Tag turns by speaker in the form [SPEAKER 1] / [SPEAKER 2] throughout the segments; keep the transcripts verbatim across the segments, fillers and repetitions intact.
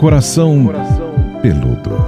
[SPEAKER 1] Coração Peludo.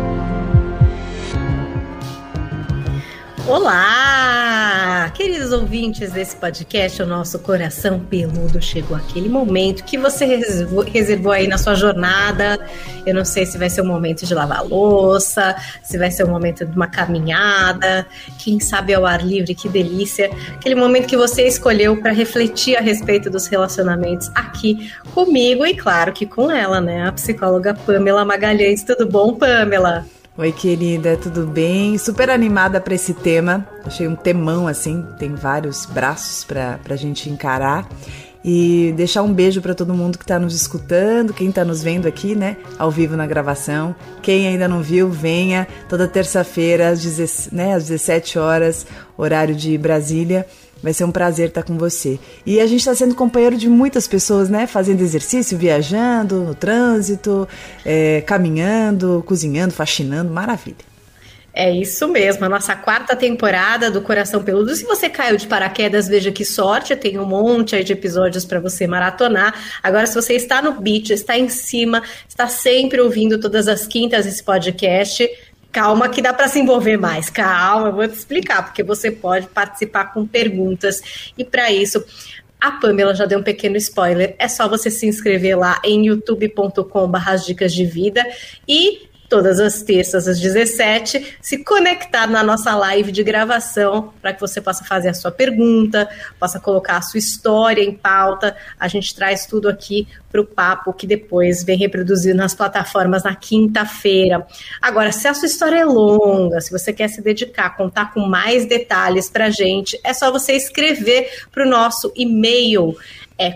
[SPEAKER 2] Olá, queridos ouvintes desse podcast, o nosso Coração Peludo. Chegou aquele momento que você reservou, reservou aí na sua jornada. Eu não sei se vai ser um momento de lavar louça, se vai ser um momento de uma caminhada, quem sabe ao ar livre, que delícia. Aquele momento que você escolheu para refletir a respeito dos relacionamentos aqui comigo e, claro, que com ela, né? A psicóloga Pamela Magalhães. Tudo bom, Pamela?
[SPEAKER 3] Oi, querida, tudo bem? Super animada para esse tema. Achei um temão, assim, tem vários braços para a gente encarar. E deixar um beijo para todo mundo que está nos escutando, quem está nos vendo aqui, né, ao vivo na gravação. Quem ainda não viu, venha toda terça-feira às dezessete horas, horário de Brasília. Vai ser um prazer estar com você. E a gente está sendo companheiro de muitas pessoas, né? Fazendo exercício, viajando, no trânsito, é, caminhando, cozinhando, faxinando. Maravilha.
[SPEAKER 2] É isso mesmo, a nossa quarta temporada do Coração Peludo. Se você caiu de paraquedas, veja que sorte, tem um monte aí de episódios para você maratonar. Agora, se você está no beat, está em cima, está sempre ouvindo todas as quintas esse podcast, calma que dá para se envolver mais, calma, eu vou te explicar, porque você pode participar com perguntas, e para isso a Pamela já deu um pequeno spoiler, é só você se inscrever lá em youtube ponto com barra dicas de vida e todas as terças às dezessete, se conectar na nossa live de gravação para que você possa fazer a sua pergunta, possa colocar a sua história em pauta. A gente traz tudo aqui para o papo que depois vem reproduzido nas plataformas na quinta-feira. Agora, se a sua história é longa, se você quer se dedicar, contar com mais detalhes para a gente, é só você escrever para o nosso e-mail, é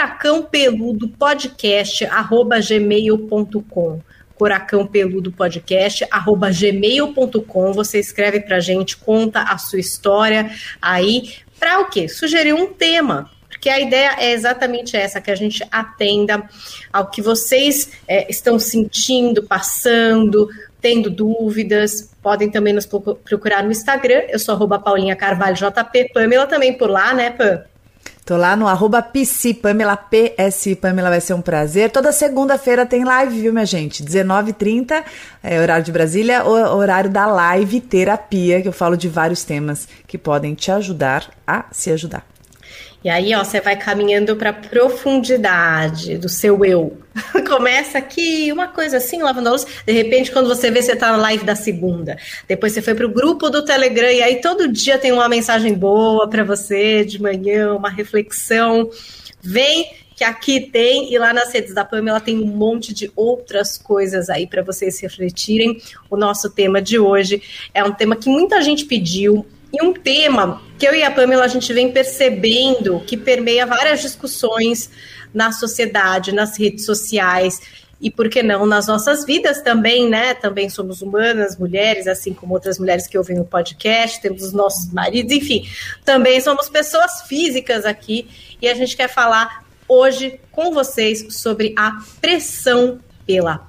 [SPEAKER 2] coracãopeludopodcast arroba gmail ponto com. Coracão Peludo Podcast, arroba gmail ponto com. Você escreve pra gente, conta a sua história aí, pra o quê? Sugerir um tema, porque a ideia é exatamente essa, que a gente atenda ao que vocês é, estão sentindo, passando, tendo dúvidas. Podem também nos procurar no Instagram, eu sou arroba Paulinha Carvalho J P, Pamela também por lá, né, Pam?
[SPEAKER 3] Tô lá no arroba P S I, Pamela, P S I, Pamela, vai ser um prazer. Toda segunda-feira tem live, viu, minha gente? dezenove e trinta, é, horário de Brasília, o horário da live terapia, que eu falo de vários temas que podem te ajudar a se ajudar.
[SPEAKER 2] E aí, ó, você vai caminhando para a profundidade do seu eu. Começa aqui, uma coisa assim, lavando a louça. De repente, quando você vê, você tá na live da segunda. Depois você foi pro grupo do Telegram e aí todo dia tem uma mensagem boa para você, de manhã, uma reflexão. Vem que aqui tem, e lá nas redes da Pamela tem um monte de outras coisas aí para vocês refletirem. O nosso tema de hoje é um tema que muita gente pediu, e um tema que eu e a Pamela a gente vem percebendo que permeia várias discussões na sociedade, nas redes sociais e, por que não, nas nossas vidas também, né? Também somos humanas, mulheres, assim como outras mulheres que ouvem o podcast, temos os nossos maridos, enfim, também somos pessoas físicas aqui e a gente quer falar hoje com vocês sobre a pressão pela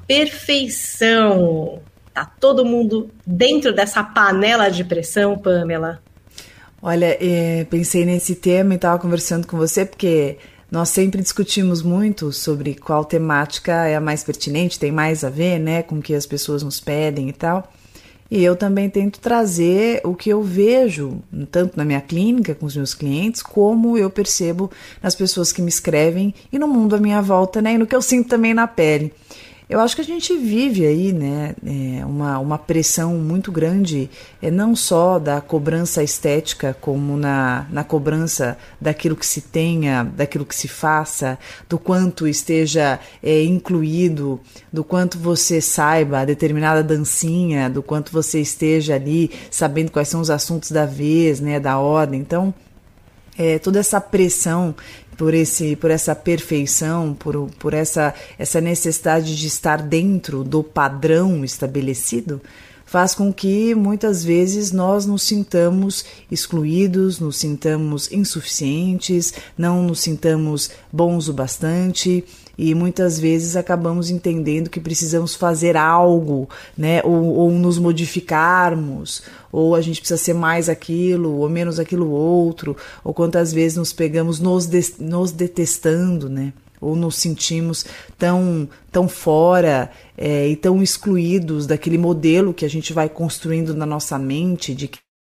[SPEAKER 2] perfeição. Tá todo mundo dentro dessa panela de pressão, Pamela?
[SPEAKER 3] Olha, é, pensei nesse tema e estava conversando com você, porque nós sempre discutimos muito sobre qual temática é a mais pertinente, tem mais a ver, né, com o que as pessoas nos pedem e tal. E eu também tento trazer o que eu vejo, tanto na minha clínica, com os meus clientes, como eu percebo nas pessoas que me escrevem e no mundo à minha volta, né, e no que eu sinto também na pele. Eu acho que a gente vive aí, né, é, uma, uma pressão muito grande, é, não só da cobrança estética, como na, na cobrança daquilo que se tenha, daquilo que se faça, do quanto esteja é, incluído, do quanto você saiba a determinada dancinha, do quanto você esteja ali sabendo quais são os assuntos da vez, né, da ordem. Então, é, toda essa pressão por, esse, por essa perfeição, por, por essa, essa necessidade de estar dentro do padrão estabelecido, faz com que muitas vezes nós nos sintamos excluídos, nos sintamos insuficientes, não nos sintamos bons o bastante e muitas vezes acabamos entendendo que precisamos fazer algo, né, ou, ou nos modificarmos, ou a gente precisa ser mais aquilo, ou menos aquilo outro, ou quantas vezes nos pegamos nos, de, nos detestando, né? ou nos sentimos tão, tão fora é, e tão excluídos daquele modelo que a gente vai construindo na nossa mente de que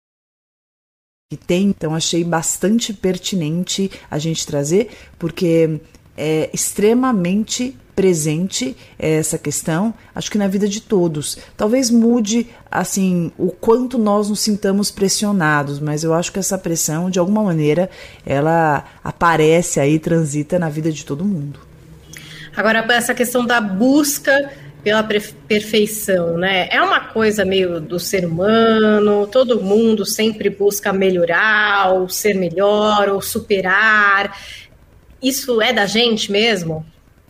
[SPEAKER 3] que tem. Então achei bastante pertinente a gente trazer, porque é extremamente presente essa questão, acho que na vida de todos. Talvez mude assim o quanto nós nos sintamos pressionados, mas eu acho que essa pressão, de alguma maneira, ela aparece aí, transita na vida de todo mundo.
[SPEAKER 2] Agora, essa questão da busca pela perfeição, né? É uma coisa meio do ser humano, todo mundo sempre busca melhorar, ou ser melhor, ou superar. Isso é da gente mesmo?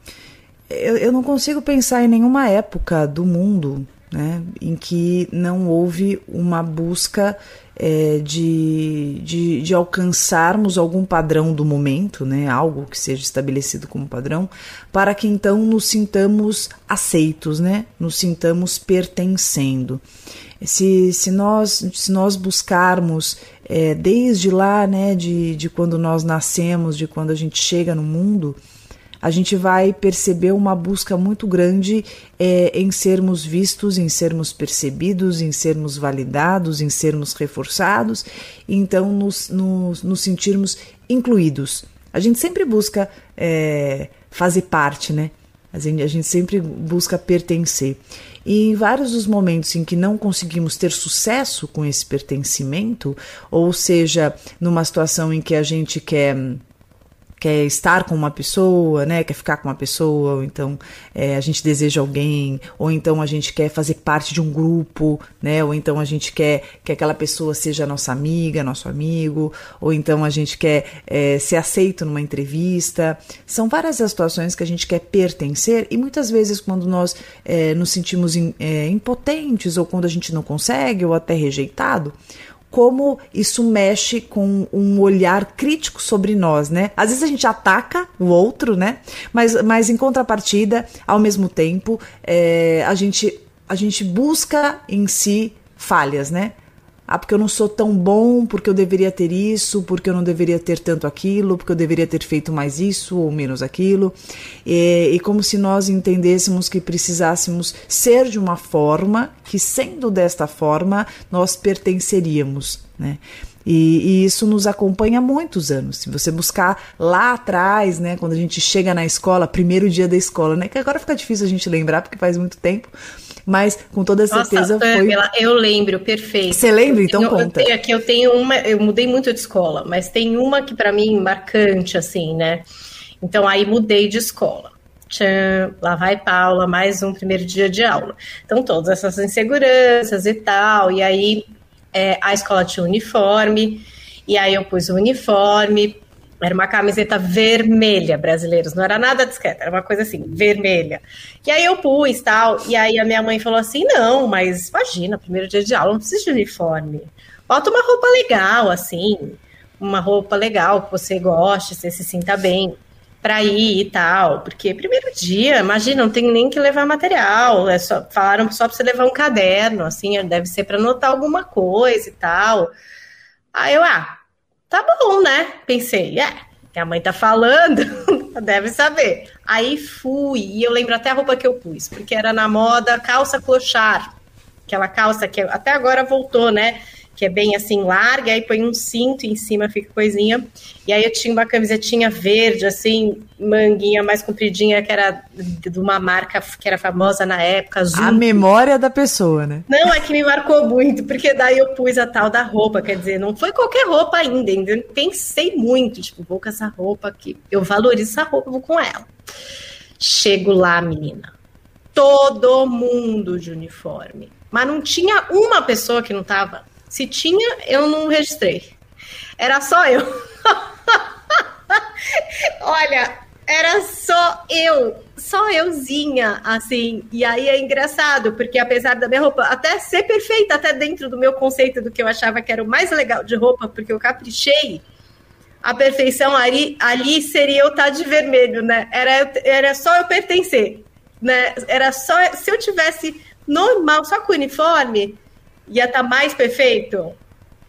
[SPEAKER 3] Eu, eu não consigo pensar em nenhuma época do mundo, né, em que não houve uma busca é, de, de, de alcançarmos algum padrão do momento, né, algo que seja estabelecido como padrão, para que então nos sintamos aceitos, né, nos sintamos pertencendo. Se, se, nós, se nós buscarmos é, desde lá, né, de, de quando nós nascemos, de quando a gente chega no mundo, a gente vai perceber uma busca muito grande é, em sermos vistos, em sermos percebidos, em sermos validados, em sermos reforçados, e então nos, nos, nos sentirmos incluídos. A gente sempre busca é, fazer parte, né? A gente, a gente sempre busca pertencer. E em vários dos momentos em que não conseguimos ter sucesso com esse pertencimento, ou seja, numa situação em que a gente quer... quer estar com uma pessoa, né, quer ficar com uma pessoa, ou então é, a gente deseja alguém, ou então a gente quer fazer parte de um grupo, né, ou então a gente quer que aquela pessoa seja nossa amiga, nosso amigo, ou então a gente quer é, ser aceito numa entrevista. São várias as situações que a gente quer pertencer, e muitas vezes quando nós é, nos sentimos in, é, impotentes, ou quando a gente não consegue, ou até rejeitado, como isso mexe com um olhar crítico sobre nós, né? Às vezes a gente ataca o outro, né? Mas, mas em contrapartida, ao mesmo tempo, é, a gente, a gente busca em si falhas, né? Ah, porque eu não sou tão bom, porque eu deveria ter isso, porque eu não deveria ter tanto aquilo, porque eu deveria ter feito mais isso ou menos aquilo. E, e como se nós entendêssemos que precisássemos ser de uma forma que, sendo desta forma, nós pertenceríamos, né? E, e isso nos acompanha há muitos anos. Se você buscar lá atrás, né, quando a gente chega na escola, primeiro dia da escola, né, que agora fica difícil a gente lembrar porque faz muito tempo, mas com toda certeza. Nossa,
[SPEAKER 2] Pamela, foi... eu lembro, perfeito.
[SPEAKER 3] Você lembra? Então eu, conta.
[SPEAKER 2] Eu tenho, aqui eu tenho uma, eu mudei muito de escola, mas tem uma que para mim marcante, assim, né? Então aí mudei de escola. Tchan, lá vai Paula, mais um primeiro dia de aula. Então todas essas inseguranças e tal, e aí é, a escola tinha uniforme, e aí eu pus o uniforme. Era uma camiseta vermelha, brasileiros, não era nada discreta, era uma coisa assim, vermelha. E aí eu pus tal, e aí a minha mãe falou assim, não, mas imagina, primeiro dia de aula, não precisa de uniforme. Bota uma roupa legal, assim, uma roupa legal que você goste, você se sinta bem pra ir e tal. Porque primeiro dia, imagina, não tem nem que levar material, é só, falaram só pra você levar um caderno, assim, deve ser pra anotar alguma coisa e tal. Aí eu, ah... tá bom, né? Pensei, é, que a mãe tá falando, deve saber. Aí fui, e eu lembro até a roupa que eu pus, porque era na moda calça clochard, aquela calça que até agora voltou, né? Que é bem assim larga, aí põe um cinto em cima, fica coisinha. E aí eu tinha uma camisetinha verde, assim, manguinha mais compridinha, que era de uma marca que era famosa na época, azul.
[SPEAKER 3] A memória da pessoa, né?
[SPEAKER 2] Não, é que me marcou muito, porque daí eu pus a tal da roupa, quer dizer, não foi qualquer roupa ainda, ainda pensei muito, tipo, vou com essa roupa aqui, eu valorizo essa roupa, vou com ela. Chego lá, menina, todo mundo de uniforme, mas não tinha uma pessoa que não tava. Se tinha, eu não registrei. Era só eu. Olha, era só eu. Só euzinha, assim. E aí é engraçado, porque apesar da minha roupa até ser perfeita, até dentro do meu conceito do que eu achava que era o mais legal de roupa, porque eu caprichei, a perfeição ali, ali seria eu estar de vermelho, né? Era, era só eu pertencer, né? Era só... Se eu tivesse normal, só com uniforme... ia estar mais perfeito?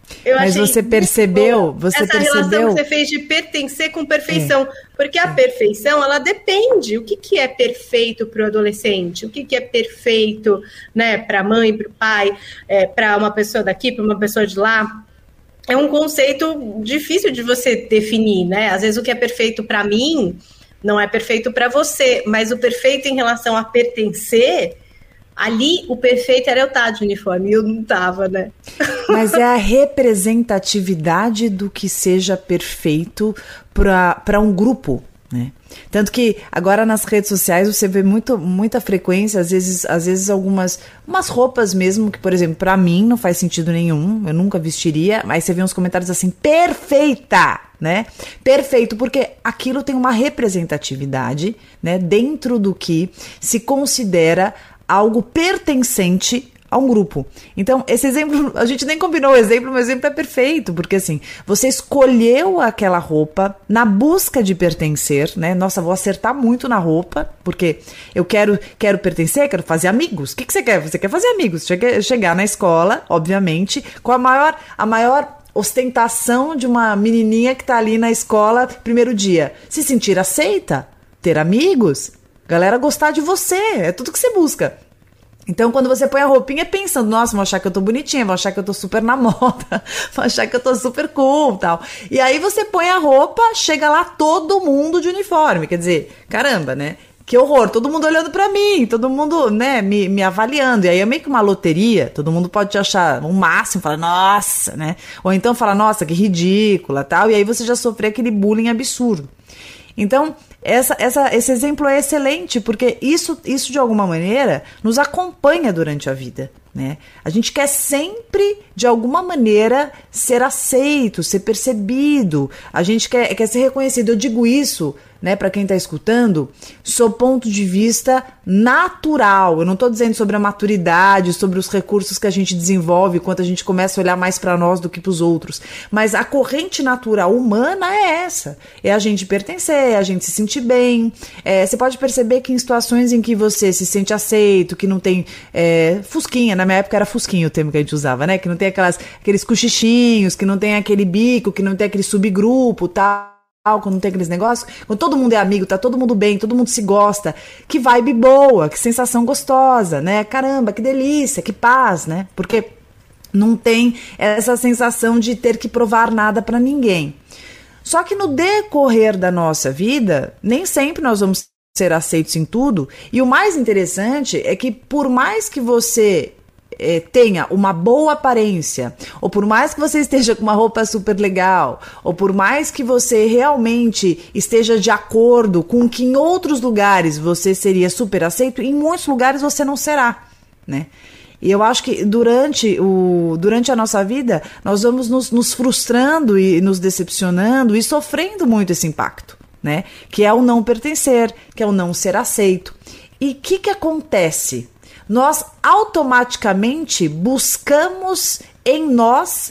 [SPEAKER 2] Eu
[SPEAKER 3] Mas
[SPEAKER 2] achei
[SPEAKER 3] você percebeu, você
[SPEAKER 2] essa
[SPEAKER 3] percebeu...
[SPEAKER 2] relação que você fez de pertencer com perfeição, é. porque a perfeição, ela depende. O que, que é perfeito para o adolescente? O que, que é perfeito, né, para a mãe, para o pai, é, para uma pessoa daqui, para uma pessoa de lá? É um conceito difícil de você definir, né? Às vezes o que é perfeito para mim não é perfeito para você, mas o perfeito em relação a pertencer... Ali, o perfeito era eu estar de uniforme, e eu não estava, né?
[SPEAKER 3] Mas é a representatividade do que seja perfeito para um grupo, né? Tanto que agora nas redes sociais você vê muito, muita frequência, às vezes, às vezes algumas umas roupas mesmo, que, por exemplo, para mim não faz sentido nenhum, eu nunca vestiria, mas você vê uns comentários assim, perfeita! Né? Perfeito, porque aquilo tem uma representatividade, né, dentro do que se considera algo pertencente a um grupo. Então, esse exemplo, a gente nem combinou o exemplo, mas o exemplo é perfeito, porque assim, você escolheu aquela roupa na busca de pertencer, né? Nossa, vou acertar muito na roupa, porque eu quero, quero pertencer, quero fazer amigos. O que, que você quer? Você quer fazer amigos, Chega, chegar na escola, obviamente, com a maior, a maior ostentação de uma menininha que tá ali na escola, primeiro dia. Se sentir aceita, ter amigos, galera gostar de você, é tudo que você busca. Então, quando você põe a roupinha pensando, nossa, vão achar que eu tô bonitinha, vão achar que eu tô super na moda, vão achar que eu tô super cool e tal. E aí você põe a roupa, chega lá todo mundo de uniforme, quer dizer, caramba, né? Que horror, todo mundo olhando pra mim, todo mundo, né, me, me avaliando. E aí é meio que uma loteria, todo mundo pode te achar um máximo, falar, nossa, né? Ou então fala, nossa, que ridícula, tal. E aí você já sofreu aquele bullying absurdo. Então, essa, essa, esse exemplo é excelente, porque isso, isso, de alguma maneira, nos acompanha durante a vida, né? A gente quer sempre, de alguma maneira, ser aceito, ser percebido, a gente quer, quer ser reconhecido. Eu digo isso, né, para quem está escutando, sob ponto de vista natural. Eu não estou dizendo sobre a maturidade, sobre os recursos que a gente desenvolve quando a gente começa a olhar mais para nós do que para os outros. Mas a corrente natural humana é essa. É a gente pertencer, é a gente se sentir bem. É, você pode perceber que em situações em que você se sente aceito, que não tem é, fusquinha, na minha época era fusquinha o termo que a gente usava, né? Que não tem aquelas, aqueles cochichinhos, que não tem aquele bico, que não tem aquele subgrupo, tal. Quando não tem aqueles negócios, quando todo mundo é amigo, tá todo mundo bem, todo mundo se gosta, que vibe boa, que sensação gostosa, né? Caramba, que delícia, que paz, né? Porque não tem essa sensação de ter que provar nada pra ninguém. Só que no decorrer da nossa vida, nem sempre nós vamos ser aceitos em tudo, e o mais interessante é que por mais que você É, tenha uma boa aparência, ou por mais que você esteja com uma roupa super legal, ou por mais que você realmente esteja de acordo com que em outros lugares você seria super aceito, em muitos lugares você não será, né? E eu acho que durante, o, durante a nossa vida nós vamos nos, nos frustrando e nos decepcionando e sofrendo muito esse impacto, né? Que é o não pertencer, que é o não ser aceito. E o que que acontece? Nós automaticamente buscamos em nós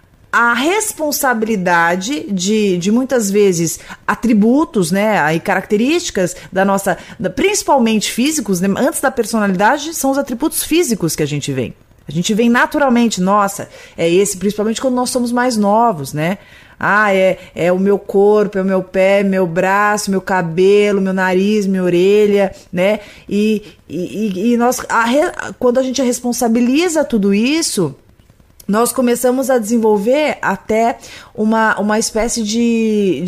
[SPEAKER 3] a responsabilidade de, de muitas vezes atributos, né, e características da nossa, da, principalmente físicos, né, antes da personalidade são os atributos físicos que a gente vem. A gente vem naturalmente, nossa, é esse, principalmente quando nós somos mais novos, né? Ah, é, é o meu corpo, é o meu pé, meu braço, meu cabelo, meu nariz, minha orelha, né? E, e, e nós, a, quando a gente responsabiliza tudo isso, nós começamos a desenvolver até uma, uma espécie de...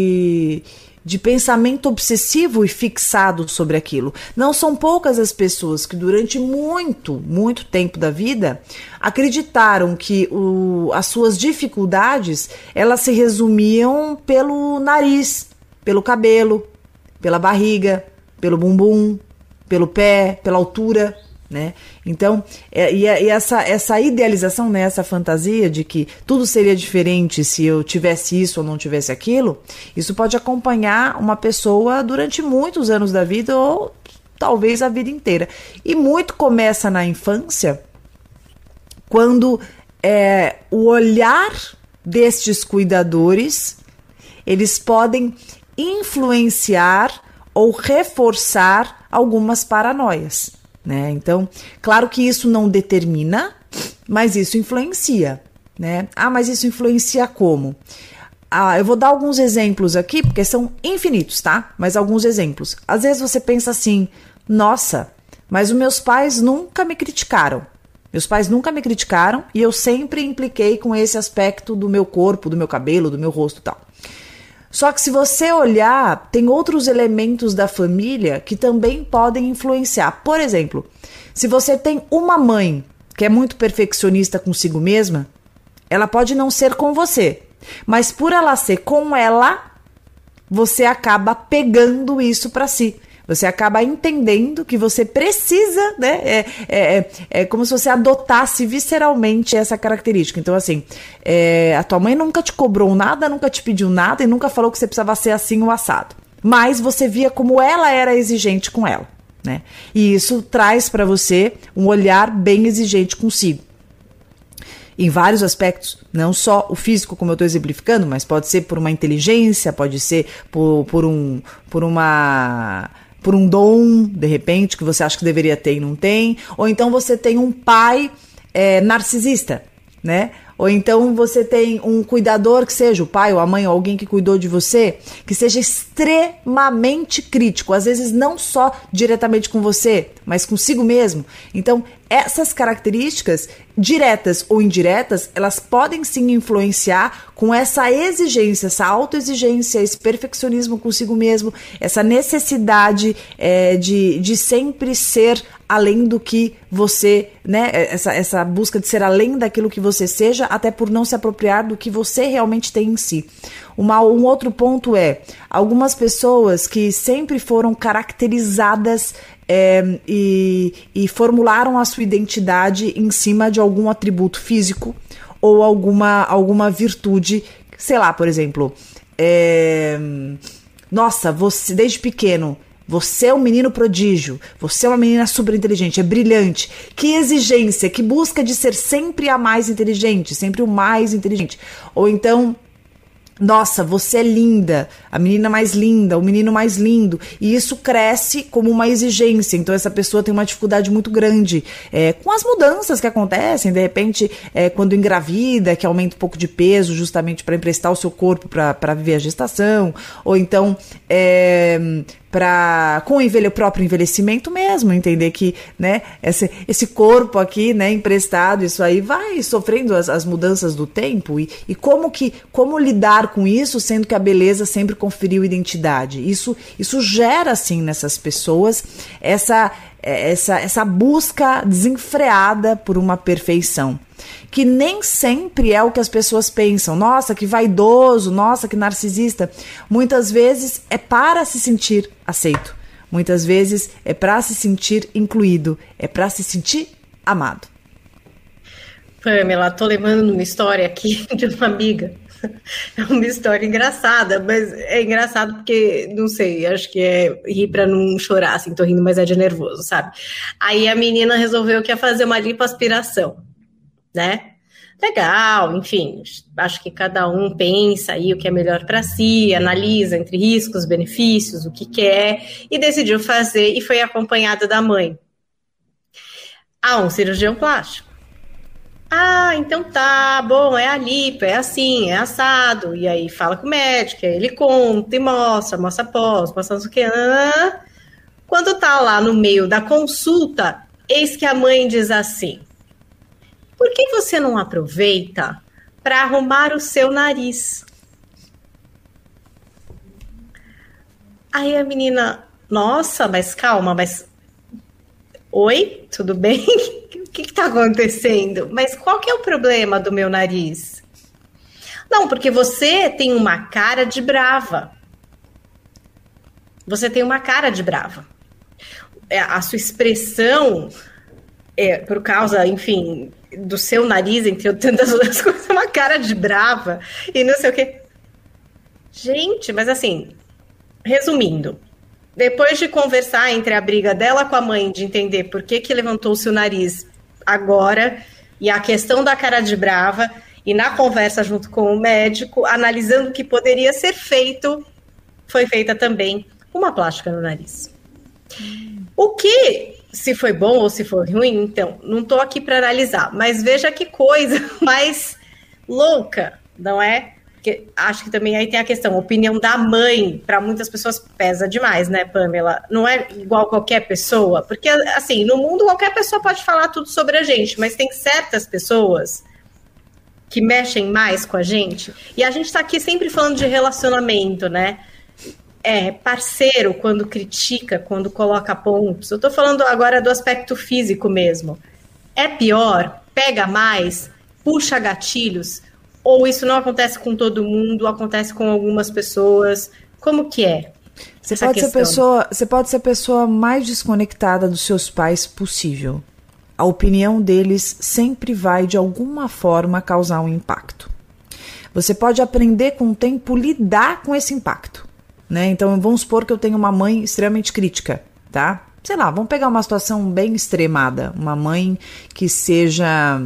[SPEAKER 3] de de pensamento obsessivo e fixado sobre aquilo. Não são poucas as pessoas que durante muito, muito tempo da vida acreditaram que o, as suas dificuldades, elas se resumiam pelo nariz, pelo cabelo, pela barriga, pelo bumbum, pelo pé, pela altura, né? Então, é, e, e essa, essa idealização, né, essa fantasia de que tudo seria diferente se eu tivesse isso ou não tivesse aquilo, isso pode acompanhar uma pessoa durante muitos anos da vida ou talvez a vida inteira. E muito começa na infância, quando é, o olhar destes cuidadores, eles podem influenciar ou reforçar algumas paranoias. Né? Então, claro que isso não determina, mas isso influencia, né? Ah, mas isso influencia como? Ah, eu vou dar alguns exemplos aqui, porque são infinitos, tá? Mas alguns exemplos. Às vezes você pensa assim, nossa, mas os meus pais nunca me criticaram. Meus pais nunca me criticaram e eu sempre impliquei com esse aspecto do meu corpo, do meu cabelo, do meu rosto e tal. Só que se você olhar, tem outros elementos da família que também podem influenciar. Por exemplo, se você tem uma mãe que é muito perfeccionista consigo mesma, ela pode não ser com você, mas por ela ser com ela, você acaba pegando isso para si. Você acaba entendendo que você precisa, né? É, é, é como se você adotasse visceralmente essa característica. Então, assim, é, a tua mãe nunca te cobrou nada, nunca te pediu nada e nunca falou que você precisava ser assim ou assado. Mas você via como ela era exigente com ela, né? E isso traz para você um olhar bem exigente consigo. Em vários aspectos, não só o físico, como eu estou exemplificando, mas pode ser por uma inteligência, pode ser por, por, um, por uma... por um dom, de repente, que você acha que deveria ter e não tem, ou então você tem um pai é, narcisista, né? Ou então você tem um cuidador, que seja o pai ou a mãe ou alguém que cuidou de você, que seja extremamente crítico, às vezes não só diretamente com você, mas consigo mesmo. Então, essas características, diretas ou indiretas, elas podem sim influenciar com essa exigência, essa autoexigência, esse perfeccionismo consigo mesmo, essa necessidade é, de, de sempre ser além do que você, né, essa, essa busca de ser além daquilo que você seja, até por não se apropriar do que você realmente tem em si. Uma, um outro ponto é, algumas pessoas que sempre foram caracterizadas é, e, e formularam a sua identidade em cima de algum atributo físico ou alguma, alguma virtude, sei lá, por exemplo, é, nossa, você desde pequeno, você é um menino prodígio, você é uma menina super inteligente, é brilhante. Que exigência, que busca de ser sempre a mais inteligente, sempre o mais inteligente. Ou então, nossa, você é linda, a menina mais linda, o menino mais lindo. E isso cresce como uma exigência. Então essa pessoa tem uma dificuldade muito grande é, com as mudanças que acontecem. De repente, é, quando engravida, que aumenta um pouco de peso justamente para emprestar o seu corpo para viver a gestação. Ou então... É, Pra, com o envelhe, próprio envelhecimento mesmo, entender que, né, esse, esse corpo aqui, né, emprestado, isso aí vai sofrendo as, as mudanças do tempo e, e como, que, como lidar com isso, sendo que a beleza sempre conferiu identidade. Isso, isso gera, assim, nessas pessoas essa, essa, essa busca desenfreada por uma perfeição, que nem sempre é o que as pessoas pensam. Nossa, que vaidoso, nossa, que narcisista. Muitas vezes é para se sentir aceito. Muitas vezes é para se sentir incluído. É para se sentir amado.
[SPEAKER 2] Pamela, tô lembrando uma história aqui de uma amiga. É uma história engraçada, mas é engraçado porque, não sei, acho que é rir pra não chorar, assim, tô rindo, mas é de nervoso, sabe? Aí a menina resolveu que ia fazer uma lipoaspiração, né? Legal, enfim, acho que cada um pensa aí o que é melhor para si, analisa entre riscos, benefícios, o que quer e decidiu fazer e foi acompanhada da mãe. Ah, um cirurgião plástico. Ah, então tá, bom, é a lipo, é assim, é assado. E aí fala com o médico, aí ele conta e mostra, mostra pós, mostra não sei o que. Ah, quando tá lá no meio da consulta, eis que a mãe diz assim: por que você não aproveita para arrumar o seu nariz? Aí a menina, nossa, mas calma, mas... Oi, tudo bem? O que está acontecendo? Mas qual que é o problema do meu nariz? Não, porque você tem uma cara de brava. Você tem uma cara de brava. A sua expressão, é, por causa, enfim... do seu nariz, entre tantas outras coisas, uma cara de brava e não sei o que. Gente, mas assim, resumindo, depois de conversar entre a briga dela com a mãe, de entender por que que levantou-se o nariz agora, e a questão da cara de brava, e na conversa junto com o médico, analisando o que poderia ser feito, foi feita também uma plástica no nariz. O que... se foi bom ou se foi ruim, então, não estou aqui para analisar, mas veja que coisa mais louca, não é? Porque acho que também aí tem a questão, a opinião da mãe, para muitas pessoas pesa demais, né, Pamela? Não é igual qualquer pessoa, porque, assim, no mundo qualquer pessoa pode falar tudo sobre a gente, mas tem certas pessoas que mexem mais com a gente, e a gente tá aqui sempre falando de relacionamento, né? É, parceiro, quando critica, quando coloca pontos, eu tô falando agora do aspecto físico mesmo. É pior? Pega mais? Puxa gatilhos? Ou isso não acontece com todo mundo, acontece com algumas pessoas? Como que é?
[SPEAKER 3] Você pode ser pessoa, você pode ser a pessoa mais desconectada dos seus pais possível. A opinião deles sempre vai, de alguma forma, causar um impacto. Você pode aprender com o tempo lidar com esse impacto, né? Então, vamos supor que eu tenho uma mãe extremamente crítica, tá? Sei lá, vamos pegar uma situação bem extremada. Uma mãe que seja...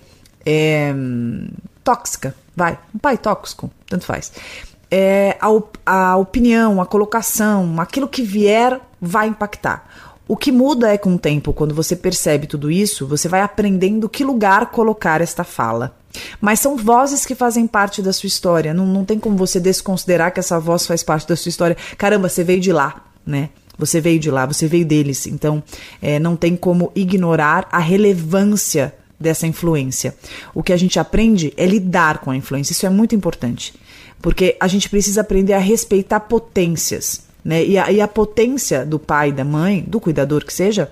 [SPEAKER 3] É, tóxica, vai, um pai tóxico, tanto faz. É, a, a opinião, a colocação, aquilo que vier vai impactar. O que muda é com o tempo, quando você percebe tudo isso, você vai aprendendo que lugar colocar esta fala. Mas são vozes que fazem parte da sua história, não, não tem como você desconsiderar que essa voz faz parte da sua história. Caramba, você veio de lá, né? Você veio de lá, você veio deles, então é, não tem como ignorar a relevância dessa influência. O que a gente aprende é lidar com a influência, isso é muito importante, porque a gente precisa aprender a respeitar potências, né? E a, e a potência do pai, da mãe, do cuidador que seja,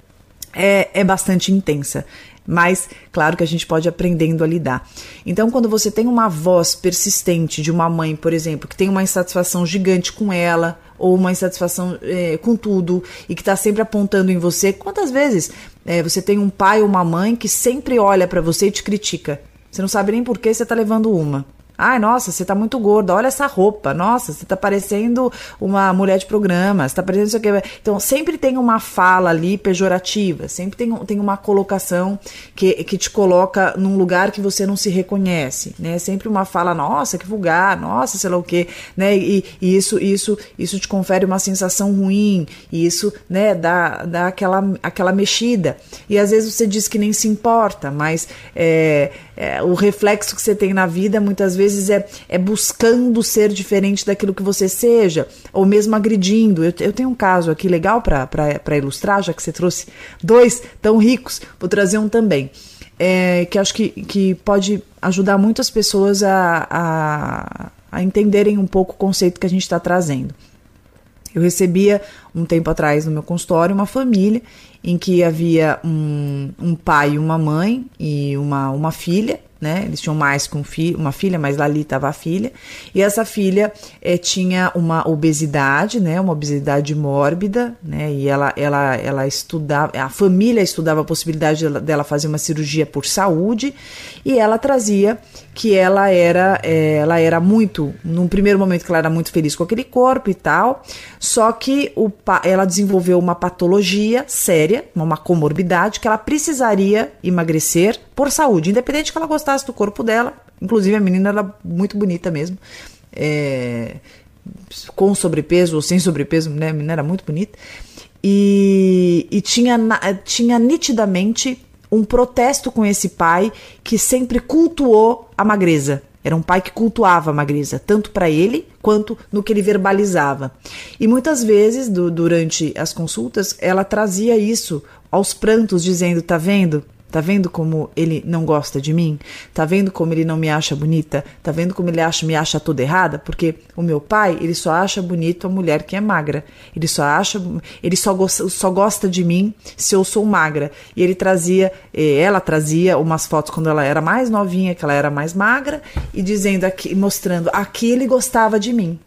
[SPEAKER 3] é, é bastante intensa, mas claro que a gente pode ir aprendendo a lidar. Então, quando você tem uma voz persistente de uma mãe, por exemplo, que tem uma insatisfação gigante com ela, ou uma insatisfação é, com tudo, e que está sempre apontando em você, quantas vezes é, você tem um pai ou uma mãe que sempre olha para você e te critica? Você não sabe nem por que você está levando uma. Ai, nossa, você tá muito gorda, olha essa roupa, nossa, você tá parecendo uma mulher de programa, você tá parecendo isso aqui. Então, sempre tem uma fala ali pejorativa, sempre tem, tem uma colocação que, que te coloca num lugar que você não se reconhece, né? Sempre uma fala, nossa, que vulgar, nossa, sei lá o quê, né? E, e isso, isso, isso te confere uma sensação ruim, e isso, né, dá, dá aquela, aquela mexida. E às vezes você diz que nem se importa, mas é, é, o reflexo que você tem na vida, muitas vezes, vezes é, é buscando ser diferente daquilo que você seja, ou mesmo agredindo. Eu, eu tenho um caso aqui legal para ilustrar, já que você trouxe dois tão ricos, vou trazer um também, é, que acho que, que pode ajudar muitas pessoas a, a, a entenderem um pouco o conceito que a gente está trazendo. Eu recebia um tempo atrás no meu consultório uma família em que havia um, um pai e uma mãe e uma, uma filha, né? Eles tinham mais que um fi- uma filha, mas lá ali estava a filha, e essa filha é, tinha uma obesidade, né? Uma obesidade mórbida, né? E ela, ela, ela estudava, a família estudava a possibilidade dela, dela fazer uma cirurgia por saúde, e ela trazia que ela era, é, ela era muito, num primeiro momento que ela era muito feliz com aquele corpo e tal, só que o, ela desenvolveu uma patologia séria, uma comorbidade, que ela precisaria emagrecer por saúde, independente que ela gostasse do corpo dela. Inclusive a menina era muito bonita mesmo, é, com sobrepeso ou sem sobrepeso, né? A menina era muito bonita, e, e tinha, tinha nitidamente um protesto com esse pai que sempre cultuou a magreza. Era um pai que cultuava a magreza, tanto para ele quanto no que ele verbalizava. E muitas vezes, do, durante as consultas, ela trazia isso aos prantos, dizendo, tá vendo? Tá vendo como ele não gosta de mim? Tá vendo como ele não me acha bonita? Tá vendo como ele acha, me acha toda errada? Porque o meu pai, ele só acha bonito a mulher que é magra. Ele só acha, ele só gosta, só gosta de mim se eu sou magra. E ele trazia, ela trazia umas fotos quando ela era mais novinha, que ela era mais magra, e dizendo aqui, mostrando, aqui ele gostava de mim.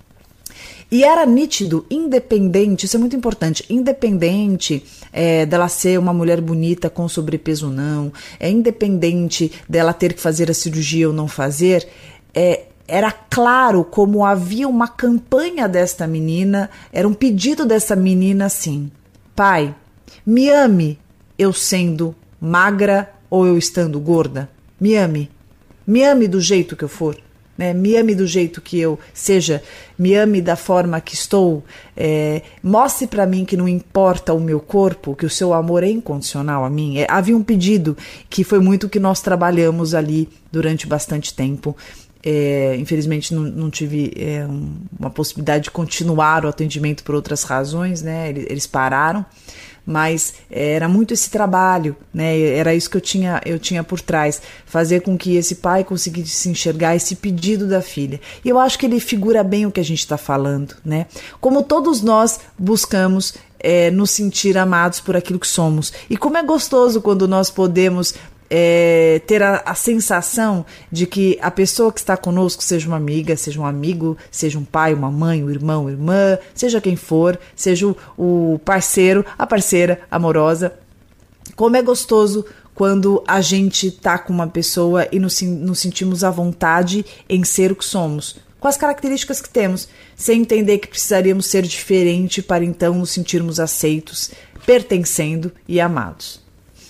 [SPEAKER 3] E era nítido, independente, isso é muito importante, independente é, dela ser uma mulher bonita com sobrepeso ou não, é independente dela ter que fazer a cirurgia ou não fazer, é, era claro como havia uma campanha desta menina, era um pedido dessa menina assim, pai, me ame eu sendo magra ou eu estando gorda, me ame, me ame do jeito que eu for. né? Me ame do jeito que eu seja, me ame da forma que estou, é, mostre para mim que não importa o meu corpo, que o seu amor é incondicional a mim. É, havia um pedido que foi muito o que nós trabalhamos ali durante bastante tempo. É, infelizmente não, não tive é, um, uma possibilidade de continuar o atendimento por outras razões, né? Eles, eles pararam, mas era muito esse trabalho, né? Era isso que eu tinha, eu tinha por trás, fazer com que esse pai conseguisse se enxergar esse pedido da filha. E eu acho que ele figura bem o que a gente está falando, né? Como todos nós buscamos é, nos sentir amados por aquilo que somos. E como é gostoso quando nós podemos É, ter a, a sensação de que a pessoa que está conosco, seja uma amiga, seja um amigo, seja um pai, uma mãe, um irmão, irmã, seja quem for, seja o, o parceiro, a parceira amorosa. Como é gostoso quando a gente está com uma pessoa e nos, nos sentimos à vontade em ser o que somos, com as características que temos, sem entender que precisaríamos ser diferente para então nos sentirmos aceitos, pertencendo e amados.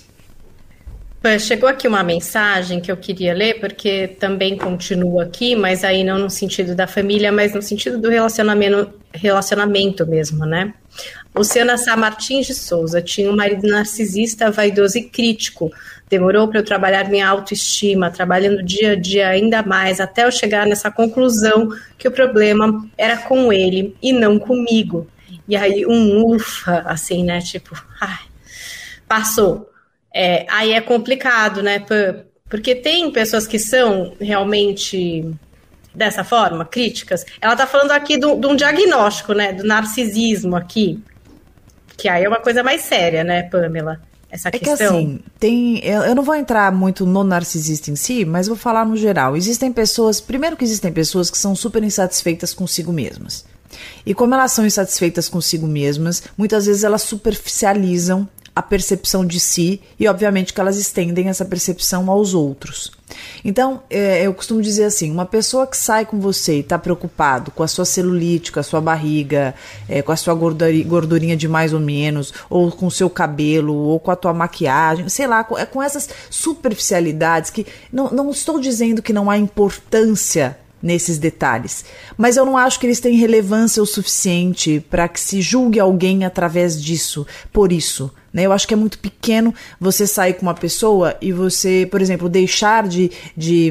[SPEAKER 2] Chegou aqui uma mensagem que eu queria ler, porque também continua aqui, mas aí não no sentido da família, mas no sentido do relacionamento, relacionamento mesmo, né? Luciana Sá Martins de Souza tinha um marido narcisista, vaidoso e crítico. Demorou para eu trabalhar minha autoestima, trabalhando dia a dia ainda mais, até eu chegar nessa conclusão que o problema era com ele e não comigo. E aí um ufa, assim, né? Tipo, ai, passou. É, aí é complicado, né? Porque tem pessoas que são realmente dessa forma, críticas. Ela tá falando aqui de um diagnóstico, né? Do narcisismo aqui. Que aí é uma coisa mais séria, né, Pamela? Essa questão. É que
[SPEAKER 3] assim, tem, eu não vou entrar muito no narcisista em si, mas vou falar no geral. Existem pessoas, primeiro que existem pessoas que são super insatisfeitas consigo mesmas. E como elas são insatisfeitas consigo mesmas, muitas vezes elas superficializam a percepção de si e, obviamente, que elas estendem essa percepção aos outros. Então, é, eu costumo dizer assim, uma pessoa que sai com você e está preocupado com a sua celulite, com a sua barriga, é, com a sua gordurinha, gordurinha de mais ou menos, ou com o seu cabelo, ou com a tua maquiagem, sei lá, com, é com essas superficialidades que não, não estou dizendo que não há importância nesses detalhes, mas eu não acho que eles têm relevância o suficiente para que se julgue alguém através disso, por isso, né? Eu acho que é muito pequeno você sair com uma pessoa e você, por exemplo, deixar de, de,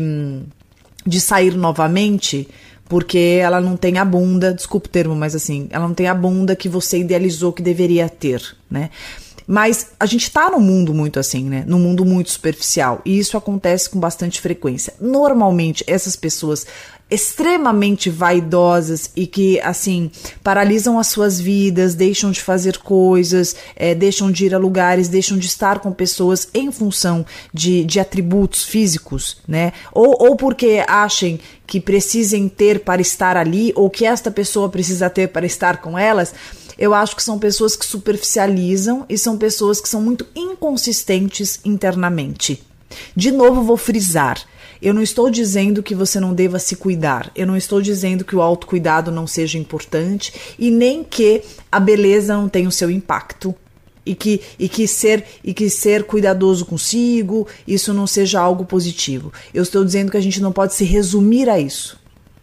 [SPEAKER 3] de sair novamente porque ela não tem a bunda, desculpa o termo, mas assim, ela não tem a bunda que você idealizou que deveria ter, né? Mas a gente tá num mundo muito assim, né? Num mundo muito superficial. E isso acontece com bastante frequência. Normalmente, essas pessoas extremamente vaidosas e que, assim, paralisam as suas vidas, deixam de fazer coisas, é, deixam de ir a lugares, deixam de estar com pessoas em função de, de atributos físicos, né? Ou, ou porque achem que precisem ter para estar ali, ou que esta pessoa precisa ter para estar com elas. Eu acho que são pessoas que superficializam e são pessoas que são muito inconsistentes internamente. De novo, vou frisar. Eu não estou dizendo que você não deva se cuidar. Eu não estou dizendo que o autocuidado não seja importante e nem que a beleza não tenha o seu impacto. E que, e, que ser, e que ser cuidadoso consigo, isso não seja algo positivo. Eu estou dizendo que a gente não pode se resumir a isso.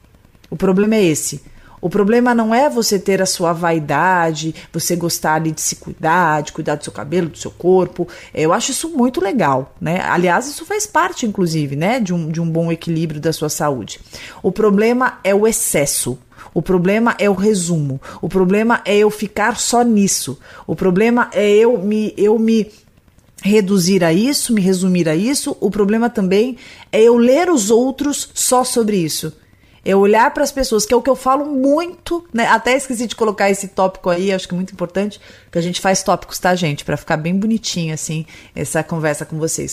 [SPEAKER 3] O problema é esse. O problema não é você ter a sua vaidade, você gostar ali de se cuidar, de cuidar do seu cabelo, do seu corpo. Eu acho isso muito legal, né? Aliás, isso faz parte, inclusive, né, de um, de um bom equilíbrio da sua saúde. O problema é o excesso. O problema é o resumo. O problema é eu ficar só nisso. O problema é eu me, eu me reduzir a isso, me resumir a isso. O problema também é eu ler os outros só sobre isso. É olhar para as pessoas, que é o que eu falo muito, né? Até esqueci de colocar esse tópico aí, acho que é muito importante, que a gente faz tópicos, tá, gente? Para ficar bem bonitinho, assim, essa conversa com vocês.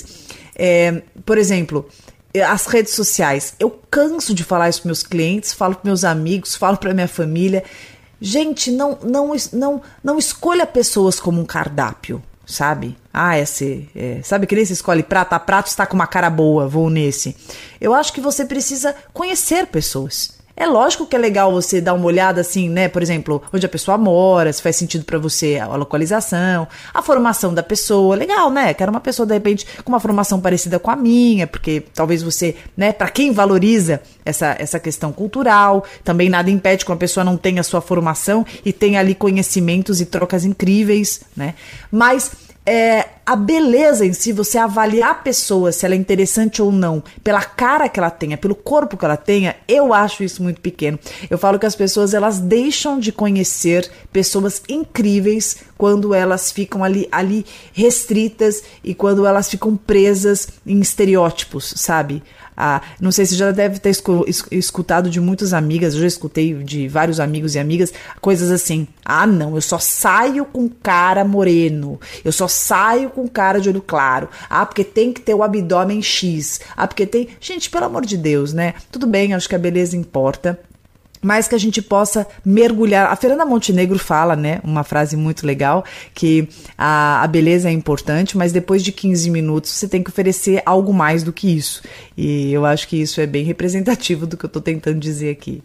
[SPEAKER 3] É, por exemplo, as redes sociais. Eu canso de falar isso para meus clientes, falo para meus amigos, falo para minha família. Gente, não, não, não, não escolha pessoas como um cardápio, sabe? Ah, esse, é, sabe que nem você escolhe prato? A prato está com uma cara boa, vou nesse. Eu acho que você precisa conhecer pessoas. É lógico que é legal você dar uma olhada assim, né? Por exemplo, onde a pessoa mora, se faz sentido pra você a localização, a formação da pessoa. Legal, né? Quero uma pessoa, de repente, com uma formação parecida com a minha, porque talvez você, né? Pra quem valoriza essa, essa questão cultural, também nada impede que uma pessoa não tenha sua formação e tenha ali conhecimentos e trocas incríveis, né? Mas é, a beleza em si, você avaliar a pessoa, se ela é interessante ou não, pela cara que ela tenha, pelo corpo que ela tenha, eu acho isso muito pequeno. Eu falo que as pessoas, elas deixam de conhecer pessoas incríveis quando elas ficam ali, ali restritas e quando elas ficam presas em estereótipos, sabe? Ah, não sei se já deve ter escutado de muitas amigas, eu já escutei de vários amigos e amigas, coisas assim, ah não, eu só saio com cara moreno, eu só saio com cara de olho claro, ah porque tem que ter o abdômen X, ah porque tem, gente, pelo amor de Deus, né, tudo bem, acho que a beleza importa, mas que a gente possa mergulhar. A Fernanda Montenegro fala, né, uma frase muito legal, que a, a beleza é importante, mas depois de quinze minutos você tem que oferecer algo mais do que isso. E eu acho que isso é bem representativo do que eu estou tentando dizer aqui.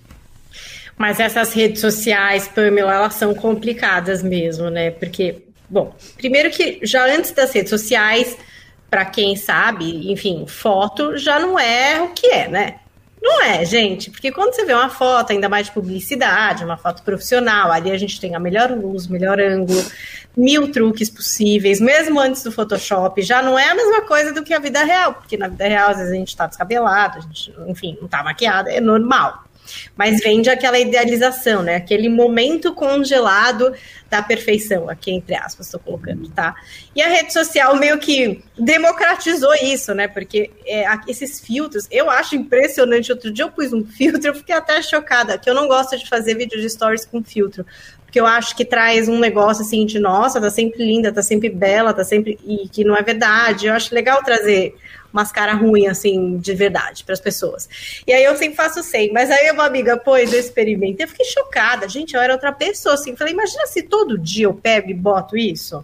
[SPEAKER 2] Mas essas redes sociais, Pamela, elas são complicadas mesmo, né? Porque, bom, primeiro que já antes das redes sociais, para quem sabe, enfim, foto já não é o que é, né? Não é, gente, porque quando você vê uma foto, ainda mais de publicidade, uma foto profissional, ali a gente tem a melhor luz, melhor ângulo, mil truques possíveis, mesmo antes do Photoshop, já não é a mesma coisa do que a vida real, porque na vida real, às vezes a gente tá descabelado, a gente, enfim, não tá maquiado, é normal. Mas vende aquela idealização, né? Aquele momento congelado da perfeição, aqui entre aspas, estou colocando, tá? E a rede social meio que democratizou isso, né? Porque é, esses filtros, eu acho impressionante. Outro dia eu pus um filtro, eu fiquei até chocada, que eu não gosto de fazer vídeo de stories com filtro, porque eu acho que traz um negócio assim de, nossa, tá sempre linda, tá sempre bela, tá sempre... E que não é verdade. Eu acho legal trazer umas caras ruins, assim, de verdade, para as pessoas. E aí eu sempre faço sem. Mas aí uma amiga pôs, eu experimentei, eu fiquei chocada. Gente, eu era outra pessoa, assim. Falei, imagina se todo dia eu pego e boto isso.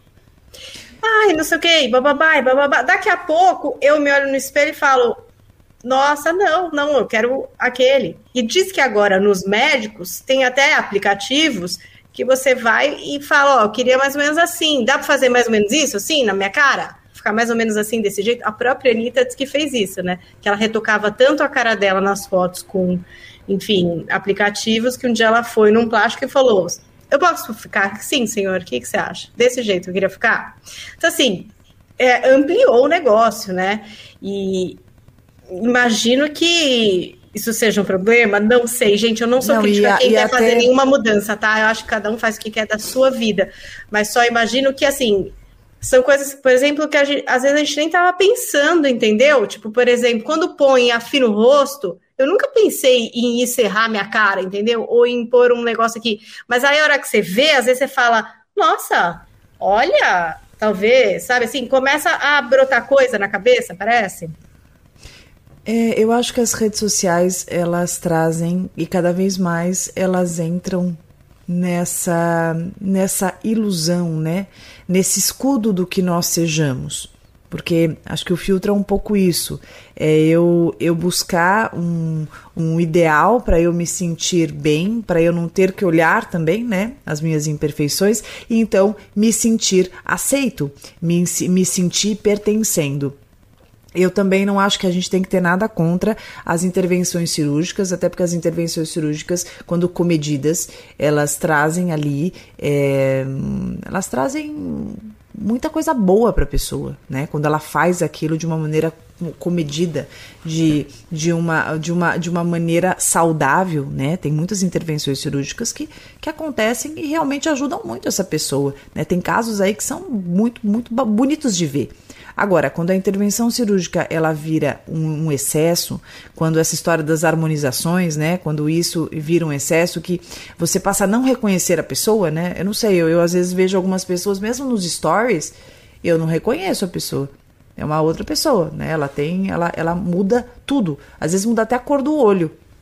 [SPEAKER 2] Ai, não sei o que, bababá, bababá. Daqui a pouco eu me olho no espelho e falo, nossa, não, não, eu quero aquele. E diz que agora nos médicos tem até aplicativos que você vai e fala, ó, eu queria mais ou menos assim. Dá para fazer mais ou menos isso, assim, na minha cara? Ficar mais ou menos assim, desse jeito. A própria Anitta disse que fez isso, né? Que ela retocava tanto a cara dela nas fotos com, enfim, aplicativos, que um dia ela foi num plástico e falou, eu posso ficar? Sim, senhor, o que, que você acha? Desse jeito eu queria ficar? Então, assim, é, ampliou o negócio, né? E imagino que isso seja um problema, não sei, gente, eu não sou não, crítica a quem quer até... fazer nenhuma mudança, tá? Eu acho que cada um faz o que quer da sua vida, mas só imagino que, assim, são coisas, por exemplo, que a gente, às vezes a gente nem tava pensando, entendeu? Tipo, por exemplo, quando põe afina o rosto, eu nunca pensei em encerrar minha cara, entendeu? Ou em pôr um negócio aqui, mas aí a hora que você vê, às vezes você fala, nossa, olha, talvez, sabe assim, começa a brotar coisa na cabeça, parece?
[SPEAKER 3] É, eu acho que as redes sociais, elas trazem, e cada vez mais elas entram nessa, nessa ilusão, né? Nesse escudo do que nós sejamos. Porque acho que o filtro é um pouco isso. É eu, eu buscar um, um ideal para eu me sentir bem, para eu não ter que olhar também, né, as minhas imperfeições, e então me sentir aceito, me, me sentir pertencendo. Eu também não acho que a gente tem que ter nada contra as intervenções cirúrgicas, até porque as intervenções cirúrgicas, quando comedidas, elas trazem ali, é, elas trazem muita coisa boa para a pessoa, né? Quando ela faz aquilo de uma maneira comedida, de, de, uma, de, uma, de uma maneira saudável, né? Tem muitas intervenções cirúrgicas que, que acontecem e realmente ajudam muito essa pessoa, né? Tem casos aí que são muito, muito bonitos de ver. Agora, quando a intervenção cirúrgica ela vira um, um excesso, quando essa história das harmonizações, né, quando isso vira um excesso que você passa a não reconhecer a pessoa, né, eu não sei, eu, eu às vezes vejo algumas pessoas, mesmo nos stories, eu não reconheço a pessoa, é uma outra pessoa, né, ela tem, ela, ela muda tudo, às vezes muda até a cor do olho,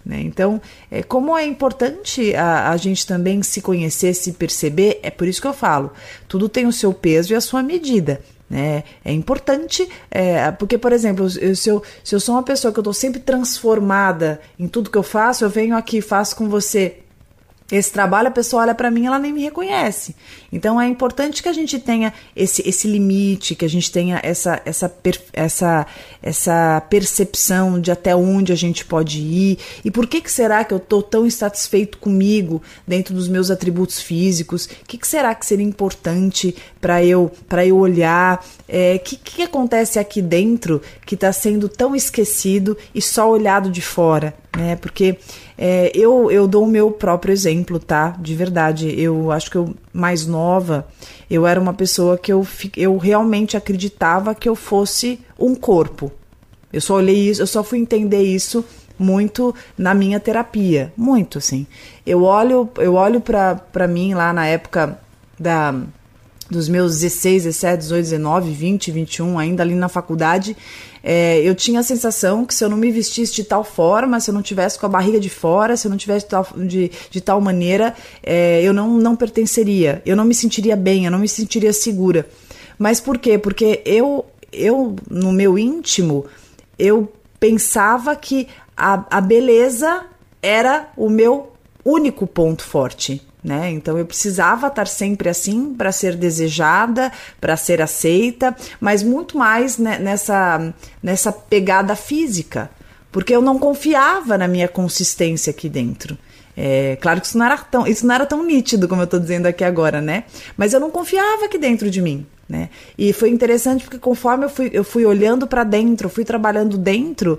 [SPEAKER 3] né? Então, é, como é importante a, a gente também se conhecer, se perceber, é por isso que eu falo, tudo tem o seu peso e a sua medida. É, é importante, é, porque, por exemplo, eu, se, eu, se eu sou uma pessoa que eu estou sempre transformada em tudo que eu faço, eu venho aqui, faço com você esse trabalho, a pessoa olha para mim, ela nem me reconhece. Então é importante que a gente tenha esse, esse limite, que a gente tenha essa, essa, essa, essa percepção de até onde a gente pode ir. E por que, que será que eu estou tão insatisfeito comigo dentro dos meus atributos físicos? O que, que será que seria importante para eu, para eu olhar? O é, que, que acontece aqui dentro que está sendo tão esquecido e só olhado de fora? Né? Porque é, eu, eu dou o meu próprio exemplo, tá? De verdade, eu acho que eu, mais nova, eu era uma pessoa que eu, eu realmente acreditava que eu fosse um corpo. Eu só olhei isso, eu só fui entender isso muito na minha terapia, muito assim. Eu olho, eu olho pra, pra mim lá na época da... dos meus dezesseis, dezessete, dezoito, dezenove, vinte, vinte e um, ainda ali na faculdade, é, eu tinha a sensação que se eu não me vestisse de tal forma, se eu não tivesse com a barriga de fora, se eu não tivesse de tal, de, de tal maneira, é, eu não, não pertenceria, eu não me sentiria bem, eu não me sentiria segura. Mas por quê? Porque eu, eu no meu íntimo, eu pensava que a, a beleza era o meu único ponto forte. Né? Então eu precisava estar sempre assim para ser desejada, para ser aceita, mas muito mais, né, nessa, nessa pegada física, porque eu não confiava na minha consistência aqui dentro. É, claro que isso não era tão, isso não era tão nítido como eu estou dizendo aqui agora, né? Mas eu não confiava aqui dentro de mim. Né? E foi interessante porque conforme eu fui, eu fui olhando para dentro, fui trabalhando dentro,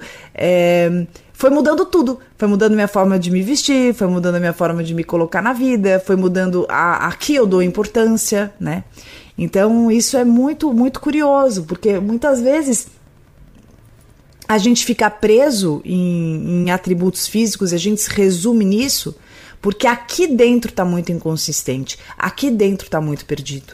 [SPEAKER 3] é, foi mudando tudo, foi mudando minha forma de me vestir, foi mudando a minha forma de me colocar na vida, foi mudando a, a que eu dou importância, né? Então isso é muito, muito curioso, porque muitas vezes a gente fica preso em, em atributos físicos, a gente se resume nisso, porque aqui dentro está muito inconsistente, aqui dentro está muito perdido.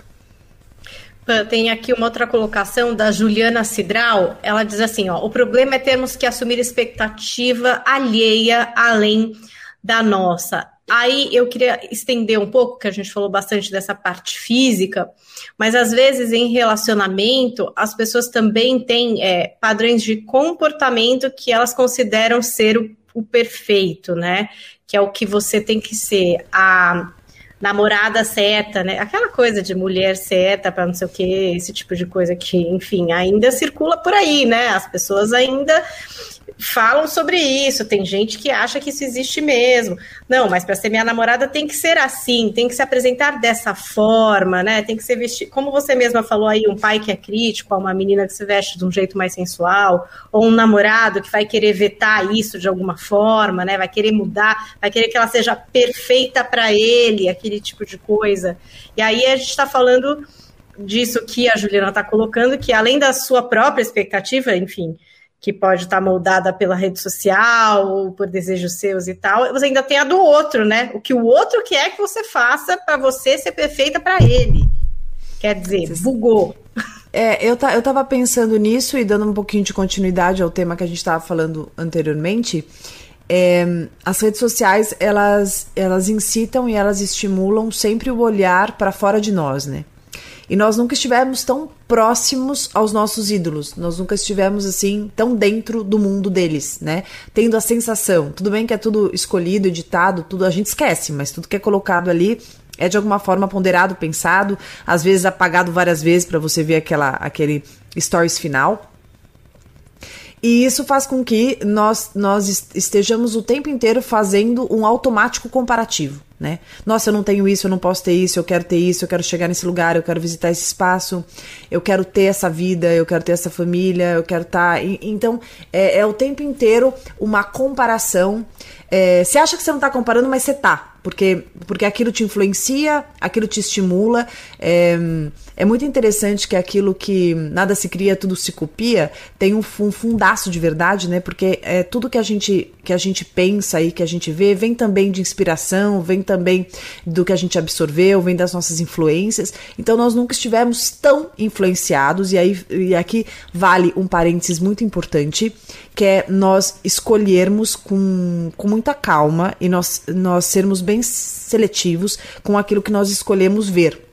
[SPEAKER 2] Tem aqui uma outra colocação da Juliana Cidral, ela diz assim, ó, o problema é termos que assumir expectativa alheia além da nossa. Aí eu queria estender um pouco, que a gente falou bastante dessa parte física, mas às vezes em relacionamento as pessoas também têm é, padrões de comportamento que elas consideram ser o, o perfeito, né? Que é o que você tem que ser, a namorada certa, né? Aquela coisa de mulher certa para não sei o que, esse tipo de coisa que, enfim, ainda circula por aí, né? As pessoas ainda falam sobre isso, tem gente que acha que isso existe mesmo. Não, mas para ser minha namorada tem que ser assim, tem que se apresentar dessa forma, né? Tem que ser vestido, como você mesma falou aí, um pai que é crítico, uma menina que se veste de um jeito mais sensual, ou um namorado que vai querer vetar isso de alguma forma, né? Vai querer mudar, vai querer que ela seja perfeita para ele, aquele tipo de coisa. E aí a gente está falando disso que a Juliana está colocando, que além da sua própria expectativa, enfim, que pode estar moldada pela rede social, ou por desejos seus e tal, você ainda tem a do outro, né? O que o outro quer que você faça para você ser perfeita para ele. Quer dizer, bugou.
[SPEAKER 3] É, eu, tá, eu tava pensando nisso e dando um pouquinho de continuidade ao tema que a gente estava falando anteriormente. É, as redes sociais, elas, elas incitam e elas estimulam sempre o olhar para fora de nós, né? E nós nunca estivemos tão próximos aos nossos ídolos, nós nunca estivemos assim tão dentro do mundo deles, né? Tendo a sensação, tudo bem que é tudo escolhido, editado, tudo a gente esquece, mas tudo que é colocado ali é de alguma forma ponderado, pensado, às vezes apagado várias vezes para você ver aquela, aquele stories final. E isso faz com que nós, nós estejamos o tempo inteiro fazendo um automático comparativo, né? Nossa, eu não tenho isso, eu não posso ter isso, eu quero ter isso, eu quero chegar nesse lugar, eu quero visitar esse espaço, eu quero ter essa vida, eu quero ter essa família, eu quero estar... Tá... Então, é, é o tempo inteiro uma comparação. É, você acha que você não está comparando, mas você está. porque, porque aquilo te influencia, aquilo te estimula. É, é muito interessante que aquilo que nada se cria, tudo se copia, tem um, um fundaço de verdade, né? Porque é, tudo que a, gente, que a gente pensa e que a gente vê vem também de inspiração, vem também do que a gente absorveu, vem das nossas influências. Então nós nunca estivemos tão influenciados, e aí e aqui vale um parênteses muito importante, que é nós escolhermos com, com muita calma e nós, nós sermos bem seletivos com aquilo que nós escolhemos ver.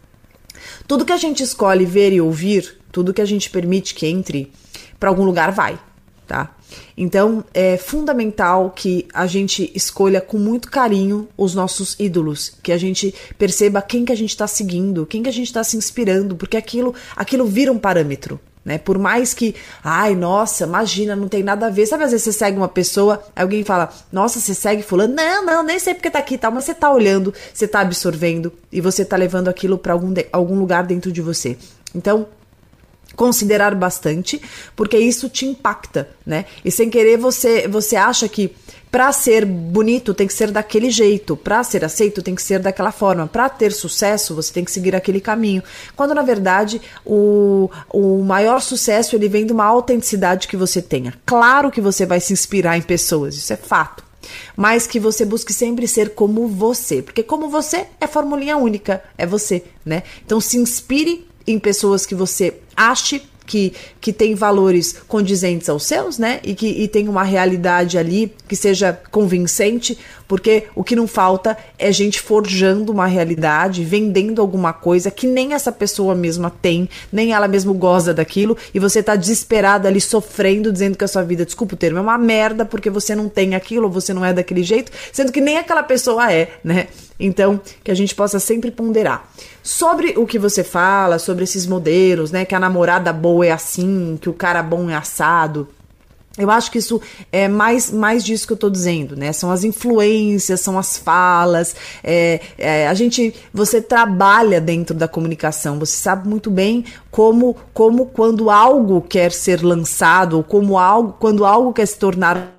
[SPEAKER 3] Tudo que a gente escolhe ver e ouvir, tudo que a gente permite que entre para algum lugar vai, tá? Então é fundamental que a gente escolha com muito carinho os nossos ídolos, que a gente perceba quem que a gente está seguindo, quem que a gente está se inspirando, porque aquilo, aquilo vira um parâmetro. Né? Por mais que, ai, nossa, imagina, não tem nada a ver. Sabe, às vezes você segue uma pessoa, alguém fala, nossa, você segue fulano? Não, não, nem sei porque tá aqui e tal, mas você tá olhando, você tá absorvendo e você tá levando aquilo para algum, de, algum lugar dentro de você. Então, considerar bastante, porque isso te impacta, né? E sem querer você, você acha que para ser bonito tem que ser daquele jeito, para ser aceito tem que ser daquela forma, para ter sucesso você tem que seguir aquele caminho, quando na verdade o, o maior sucesso ele vem de uma autenticidade que você tenha. Claro que você vai se inspirar em pessoas, isso é fato, mas que você busque sempre ser como você, porque como você é formulinha única, é você, né? Então se inspire em pessoas que você ache que, que tem valores condizentes aos seus, né? E que e tem uma realidade ali que seja convincente, porque o que não falta é gente forjando uma realidade, vendendo alguma coisa que nem essa pessoa mesma tem, nem ela mesma goza daquilo, e você tá desesperada ali sofrendo, dizendo que a sua vida, desculpa o termo, é uma merda porque você não tem aquilo, ou você não é daquele jeito, sendo que nem aquela pessoa é, né? Então, que a gente possa sempre ponderar. Sobre o que você fala, sobre esses modelos, né? Que a namorada boa é assim, que o cara bom é assado. Eu acho que isso é mais, mais disso que eu tô dizendo, né? São as influências, são as falas. É, é, a gente, você trabalha dentro da comunicação, você sabe muito bem como, como quando algo quer ser lançado, ou como algo, quando algo quer se tornar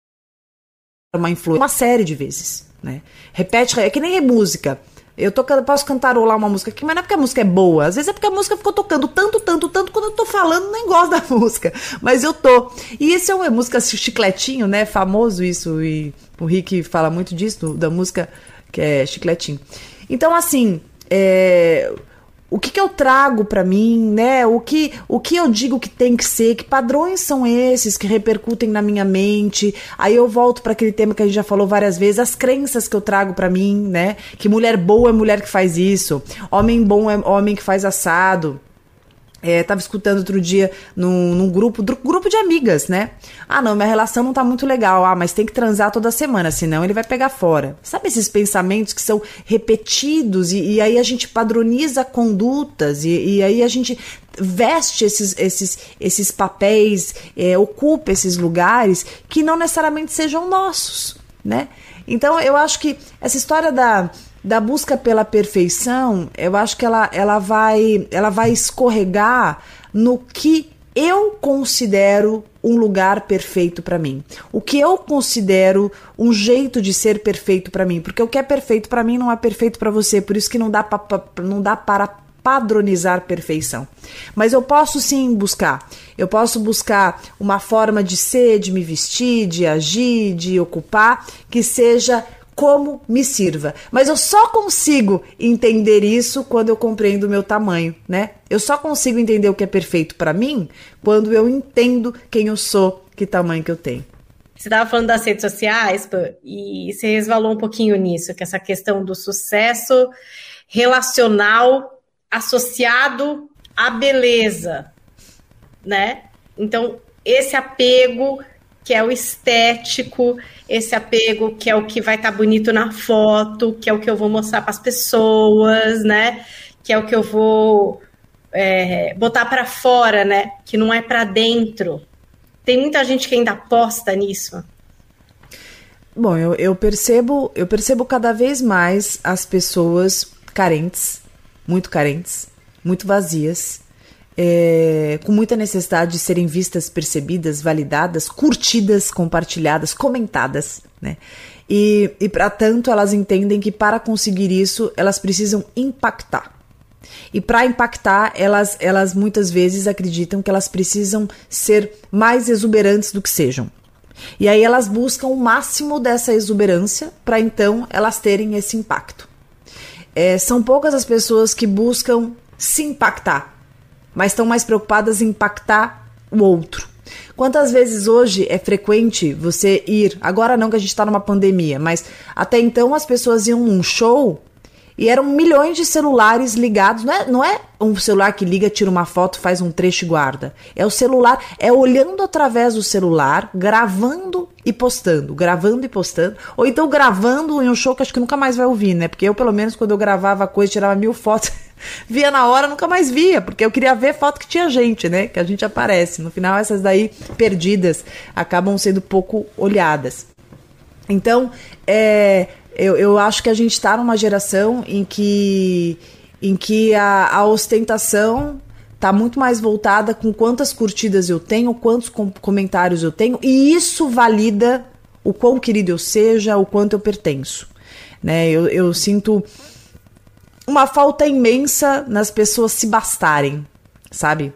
[SPEAKER 3] uma influência, uma série de vezes, né? Repete, é que nem é música. Eu tô, posso cantarolar uma música aqui, mas não é porque a música é boa. Às vezes é porque a música ficou tocando tanto, tanto, tanto, quando eu tô falando, nem gosto da música. Mas eu tô. E isso é uma música chicletinho, né? Famoso isso. E o Rick fala muito disso, da música que é chicletinho. Então, assim, é... o que, que eu trago pra mim, né? O que, o que eu digo que tem que ser, que padrões são esses que repercutem na minha mente? Aí eu volto para aquele tema que a gente já falou várias vezes, as crenças que eu trago pra mim, né? Que mulher boa é mulher que faz isso, homem bom é homem que faz assado. É, tava escutando outro dia num, num grupo, grupo de amigas, né? Ah, não, minha relação não tá muito legal. Ah, mas tem que transar toda semana, senão ele vai pegar fora. Sabe esses pensamentos que são repetidos e, e aí a gente padroniza condutas e, e aí a gente veste esses, esses, esses papéis, é, ocupa esses lugares que não necessariamente sejam nossos, né? Então eu acho que essa história da... da busca pela perfeição, eu acho que ela, ela, vai, ela vai escorregar no que eu considero um lugar perfeito para mim. O que eu considero um jeito de ser perfeito para mim. Porque o que é perfeito para mim não é perfeito para você. Por isso que não dá, pra, não dá para padronizar perfeição. Mas eu posso sim buscar. Eu posso buscar uma forma de ser, de me vestir, de agir, de ocupar, que seja... como me sirva. Mas eu só consigo entender isso quando eu compreendo o meu tamanho, né? Eu só consigo entender o que é perfeito para mim quando eu entendo quem eu sou, que tamanho que eu tenho.
[SPEAKER 2] Você estava falando das redes sociais, e você resvalou um pouquinho nisso, que essa questão do sucesso relacional associado à beleza, né? Então, esse apego... que é o estético, esse apego que é o que vai estar tá bonito na foto, que é o que eu vou mostrar para as pessoas, né? Que é o que eu vou é, botar para fora, né? Que não é para dentro. Tem muita gente que ainda aposta nisso.
[SPEAKER 3] Bom, eu, eu percebo, eu percebo cada vez mais as pessoas carentes, muito carentes, muito vazias, é, com muita necessidade de serem vistas, percebidas, validadas, curtidas, compartilhadas, comentadas, né? E, e para tanto elas entendem que para conseguir isso elas precisam impactar. E para impactar, elas, elas muitas vezes acreditam que elas precisam ser mais exuberantes do que sejam. E aí elas buscam o máximo dessa exuberância para então elas terem esse impacto. É, são poucas as pessoas que buscam se impactar, mas estão mais preocupadas em impactar o outro. Quantas vezes hoje é frequente você ir, agora não que a gente está numa pandemia, mas até então as pessoas iam num show e eram milhões de celulares ligados, não é, não é um celular que liga, tira uma foto, faz um trecho e guarda. É o celular, é olhando através do celular, gravando e postando, gravando e postando, ou então gravando em um show que acho que nunca mais vai ouvir, né? Porque eu, pelo menos, quando eu gravava coisa, tirava mil fotos, via na hora, nunca mais via, porque eu queria ver foto que tinha gente, né? Que a gente aparece. No final, essas daí, perdidas, acabam sendo pouco olhadas. Então, é... Eu, eu acho que a gente está numa geração em que, em que a, a ostentação está muito mais voltada com quantas curtidas eu tenho, quantos com, comentários eu tenho, e isso valida o quão querido eu seja, o quanto eu pertenço. Né? Eu, eu sinto uma falta imensa nas pessoas se bastarem, sabe?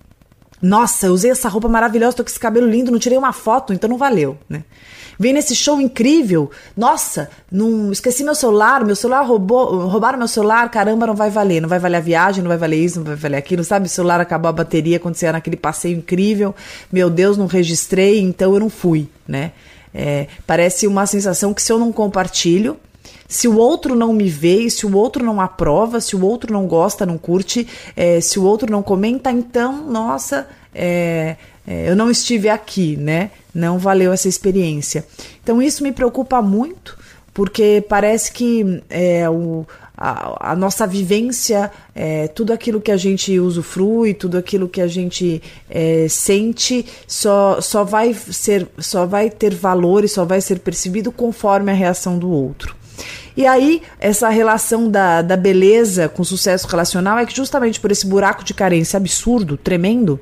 [SPEAKER 3] Nossa, eu usei essa roupa maravilhosa, tô com esse cabelo lindo, não tirei uma foto, então não valeu, né? Vem nesse show incrível, nossa, não esqueci meu celular, meu celular roubou, roubaram meu celular, caramba, não vai valer, não vai valer a viagem, não vai valer isso, não vai valer aquilo, sabe? O celular acabou a bateria quando você ia naquele passeio incrível, meu Deus, não registrei, então eu não fui, né? É, parece uma sensação que se eu não compartilho, se o outro não me vê, se o outro não aprova, se o outro não gosta, não curte, é, se o outro não comenta, então, nossa, é, é, eu não estive aqui, né? Não valeu essa experiência. Então isso me preocupa muito, porque parece que é, o, a, a nossa vivência, é, tudo aquilo que a gente usufrui, tudo aquilo que a gente é, sente, só, só, vai ser, só vai ter valor e só vai ser percebido conforme a reação do outro. E aí, essa relação da, da beleza com sucesso relacional é que justamente por esse buraco de carência absurdo, tremendo,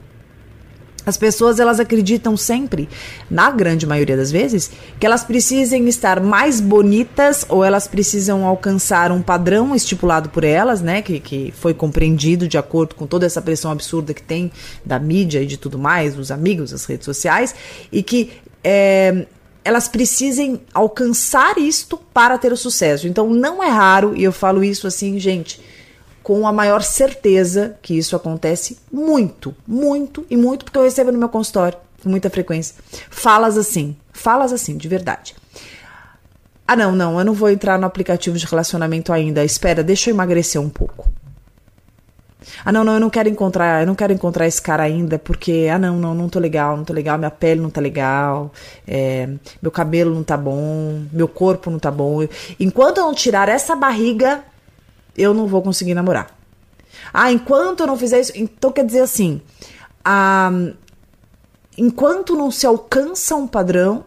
[SPEAKER 3] as pessoas elas acreditam sempre, na grande maioria das vezes, que elas precisem estar mais bonitas ou elas precisam alcançar um padrão estipulado por elas, né, que, que foi compreendido de acordo com toda essa pressão absurda que tem da mídia e de tudo mais, dos amigos, das redes sociais, e que é, elas precisem alcançar isto para ter o sucesso. Então não é raro, e eu falo isso assim, gente, com a maior certeza que isso acontece muito, muito e muito, porque eu recebo no meu consultório com muita frequência. Falas assim, falas assim, de verdade. Ah, não, não, eu não vou entrar no aplicativo de relacionamento ainda. Espera, deixa eu emagrecer um pouco. Ah, não, não, eu não quero encontrar, eu não quero encontrar esse cara ainda, porque, ah, não, não, não tô legal, não tô legal, minha pele não tá legal, é, meu cabelo não tá bom, meu corpo não tá bom. Enquanto eu não tirar essa barriga, eu não vou conseguir namorar. Ah, enquanto eu não fizer isso... Então, quer dizer assim, ah, enquanto não se alcança um padrão,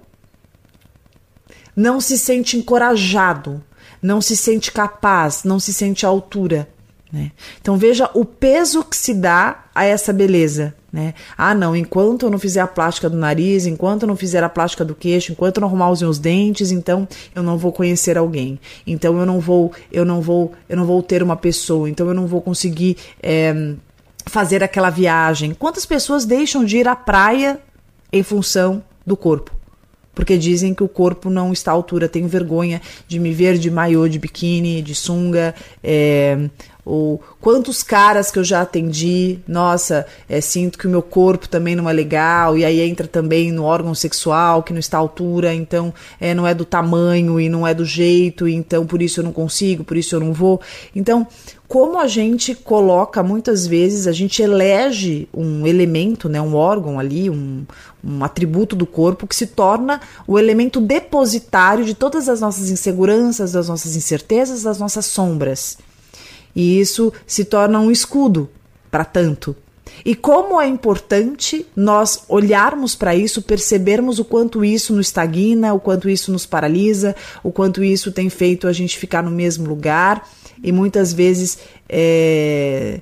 [SPEAKER 3] não se sente encorajado, não se sente capaz, não se sente à altura, né? Então, veja o peso que se dá a essa beleza, né? Ah, não, enquanto eu não fizer a plástica do nariz, enquanto eu não fizer a plástica do queixo, enquanto eu não arrumar os meus dentes, então eu não vou conhecer alguém. Então eu não vou, eu não vou, eu não vou ter uma pessoa. Então eu não vou conseguir é, fazer aquela viagem. Quantas pessoas deixam de ir à praia em função do corpo? Porque dizem que o corpo não está à altura. Tenho vergonha de me ver de maiô, de biquíni, de sunga, é, ou quantos caras que eu já atendi, nossa, é, sinto que o meu corpo também não é legal, e aí entra também no órgão sexual que não está à altura, então é, não é do tamanho e não é do jeito, e então por isso eu não consigo, por isso eu não vou. Então, como a gente coloca, muitas vezes, a gente elege um elemento, né, um órgão ali, um, um atributo do corpo que se torna o elemento depositário de todas as nossas inseguranças, das nossas incertezas, das nossas sombras. E isso se torna um escudo para tanto. E como é importante nós olharmos para isso, percebermos o quanto isso nos estagna, o quanto isso nos paralisa, o quanto isso tem feito a gente ficar no mesmo lugar e muitas vezes é,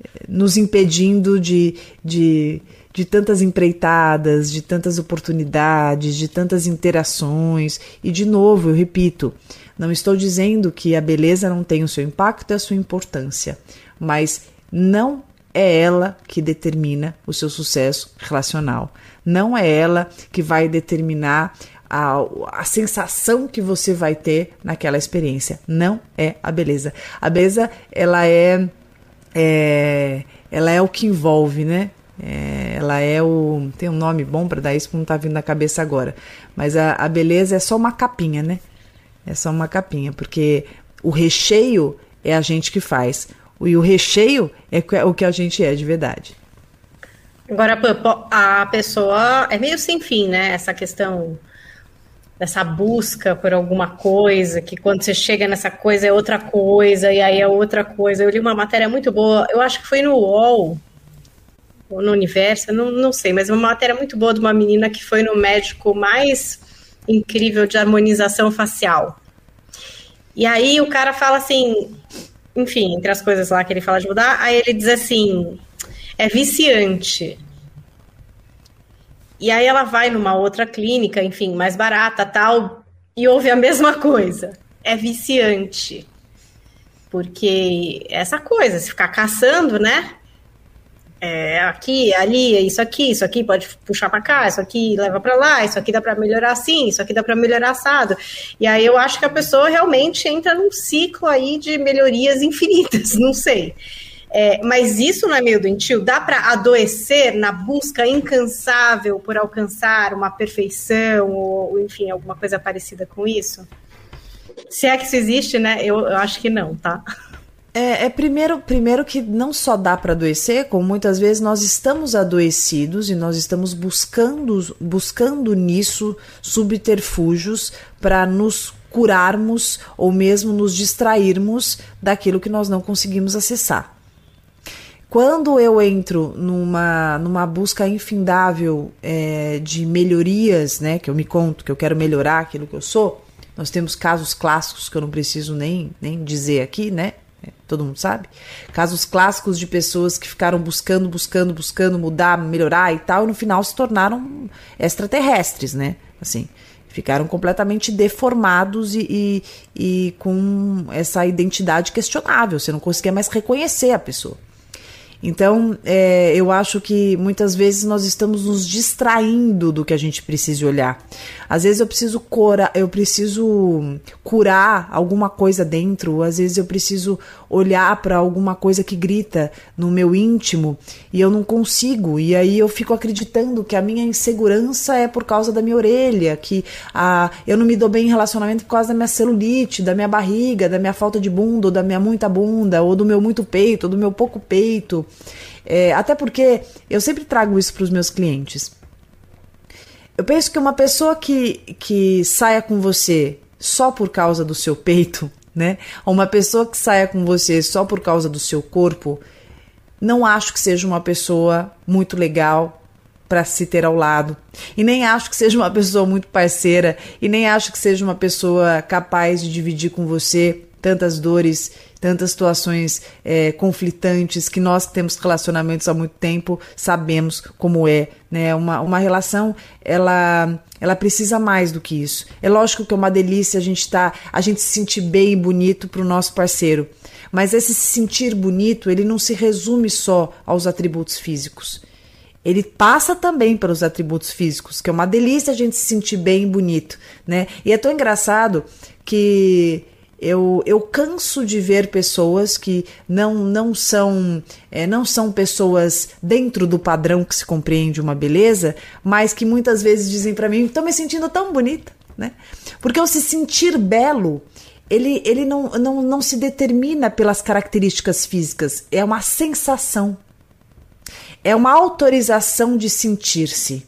[SPEAKER 3] nos impedindo de, de, de tantas empreitadas, de tantas oportunidades, de tantas interações. E, de novo, eu repito, não estou dizendo que a beleza não tem o seu impacto e a sua importância, mas não é ela que determina o seu sucesso relacional. Não é ela que vai determinar a, a sensação que você vai ter naquela experiência. Não é a beleza. A beleza, ela é, é, ela é o que envolve, né? É, ela é o... Tem um nome bom para dar isso que não está vindo na cabeça agora. Mas a, a beleza é só uma capinha, né? É só uma capinha, porque o recheio é a gente que faz. E o recheio é o que a gente é de verdade.
[SPEAKER 2] Agora, a pessoa é meio sem fim, né? Essa questão dessa busca por alguma coisa, que quando você chega nessa coisa é outra coisa, e aí é outra coisa. Eu li uma matéria muito boa, eu acho que foi no U O L, ou no Universo, não, não sei, mas uma matéria muito boa de uma menina que foi no médico mais incrível de harmonização facial. E aí o cara fala assim, enfim, entre as coisas lá que ele fala de mudar, aí ele diz assim, é viciante. E aí ela vai numa outra clínica, enfim, mais barata, tal, e ouve a mesma coisa. É viciante. Porque essa coisa, se ficar caçando, né? É aqui, ali, isso aqui, isso aqui pode puxar para cá, isso aqui leva para lá, isso aqui dá para melhorar assim, isso aqui dá para melhorar assado. E aí eu acho que a pessoa realmente entra num ciclo aí de melhorias infinitas, não sei. É, mas isso não é meio doentio? Dá para adoecer na busca incansável por alcançar uma perfeição ou, enfim, alguma coisa parecida com isso? Se é que isso existe, né? Eu, eu acho que não, tá?
[SPEAKER 3] É, é primeiro, primeiro que não só dá para adoecer, como muitas vezes nós estamos adoecidos e nós estamos buscando, buscando nisso subterfúgios para nos curarmos ou mesmo nos distrairmos daquilo que nós não conseguimos acessar. Quando eu entro numa, numa busca infindável é, de melhorias, né, que eu me conto, que eu quero melhorar aquilo que eu sou, nós temos casos clássicos que eu não preciso nem, nem dizer aqui, né? Todo mundo sabe. Casos clássicos de pessoas que ficaram buscando, buscando, buscando mudar, melhorar e tal, e no final se tornaram extraterrestres, né? Assim, ficaram completamente deformados e, e, e com essa identidade questionável. Você não conseguia mais reconhecer a pessoa. Então, é, eu acho que muitas vezes nós estamos nos distraindo do que a gente precisa olhar. Às vezes eu preciso, cura, eu preciso curar alguma coisa dentro, às vezes eu preciso olhar para alguma coisa que grita no meu íntimo e eu não consigo. E aí eu fico acreditando que a minha insegurança é por causa da minha orelha, que a, eu não me dou bem em relacionamento por causa da minha celulite, da minha barriga, da minha falta de bunda, ou da minha muita bunda, ou do meu muito peito, ou do meu pouco peito. É, até porque eu sempre trago isso para os meus clientes. Eu penso que uma pessoa que, que saia com você só por causa do seu peito, né? Ou uma pessoa que saia com você só por causa do seu corpo, não acho que seja uma pessoa muito legal para se ter ao lado. E nem acho que seja uma pessoa muito parceira, e nem acho que seja uma pessoa capaz de dividir com você tantas dores, tantas situações é, conflitantes, que nós que temos relacionamentos há muito tempo sabemos como é, né? Uma, uma relação, ela, ela precisa mais do que isso. É lógico que é uma delícia a gente, tá, a gente se sentir bem e bonito para o nosso parceiro, mas esse se sentir bonito, ele não se resume só aos atributos físicos. Ele passa também pelos atributos físicos, que é uma delícia a gente se sentir bem e bonito, né? E é tão engraçado que Eu, eu canso de ver pessoas que não, não, são, é, não são pessoas dentro do padrão que se compreende uma beleza, mas que muitas vezes dizem para mim, estou me sentindo tão bonita, né? Porque o se sentir belo, ele, ele não, não, não se determina pelas características físicas, é uma sensação, é uma autorização de sentir-se.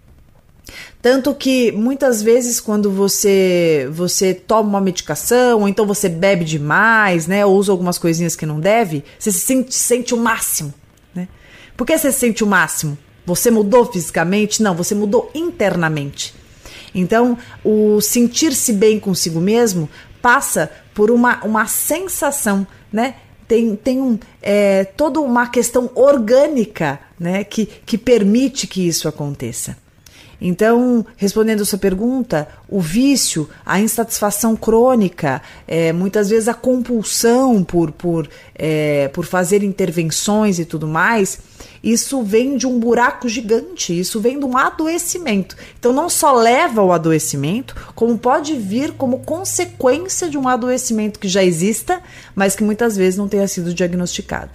[SPEAKER 3] Tanto que muitas vezes quando você, você toma uma medicação, ou então você bebe demais, né, ou usa algumas coisinhas que não deve, você se sente, sente o máximo, né? Por que você sente o máximo? Você mudou fisicamente? Não, você mudou internamente. Então, o sentir-se bem consigo mesmo passa por uma, uma sensação, né? tem, tem um, é, toda uma questão orgânica, né, que, que permite que isso aconteça. Então, respondendo a sua pergunta, o vício, a insatisfação crônica, é, muitas vezes a compulsão por, por, é, por fazer intervenções e tudo mais, isso vem de um buraco gigante, isso vem de um adoecimento. Então, não só leva ao adoecimento, como pode vir como consequência de um adoecimento que já exista, mas que muitas vezes não tenha sido diagnosticado.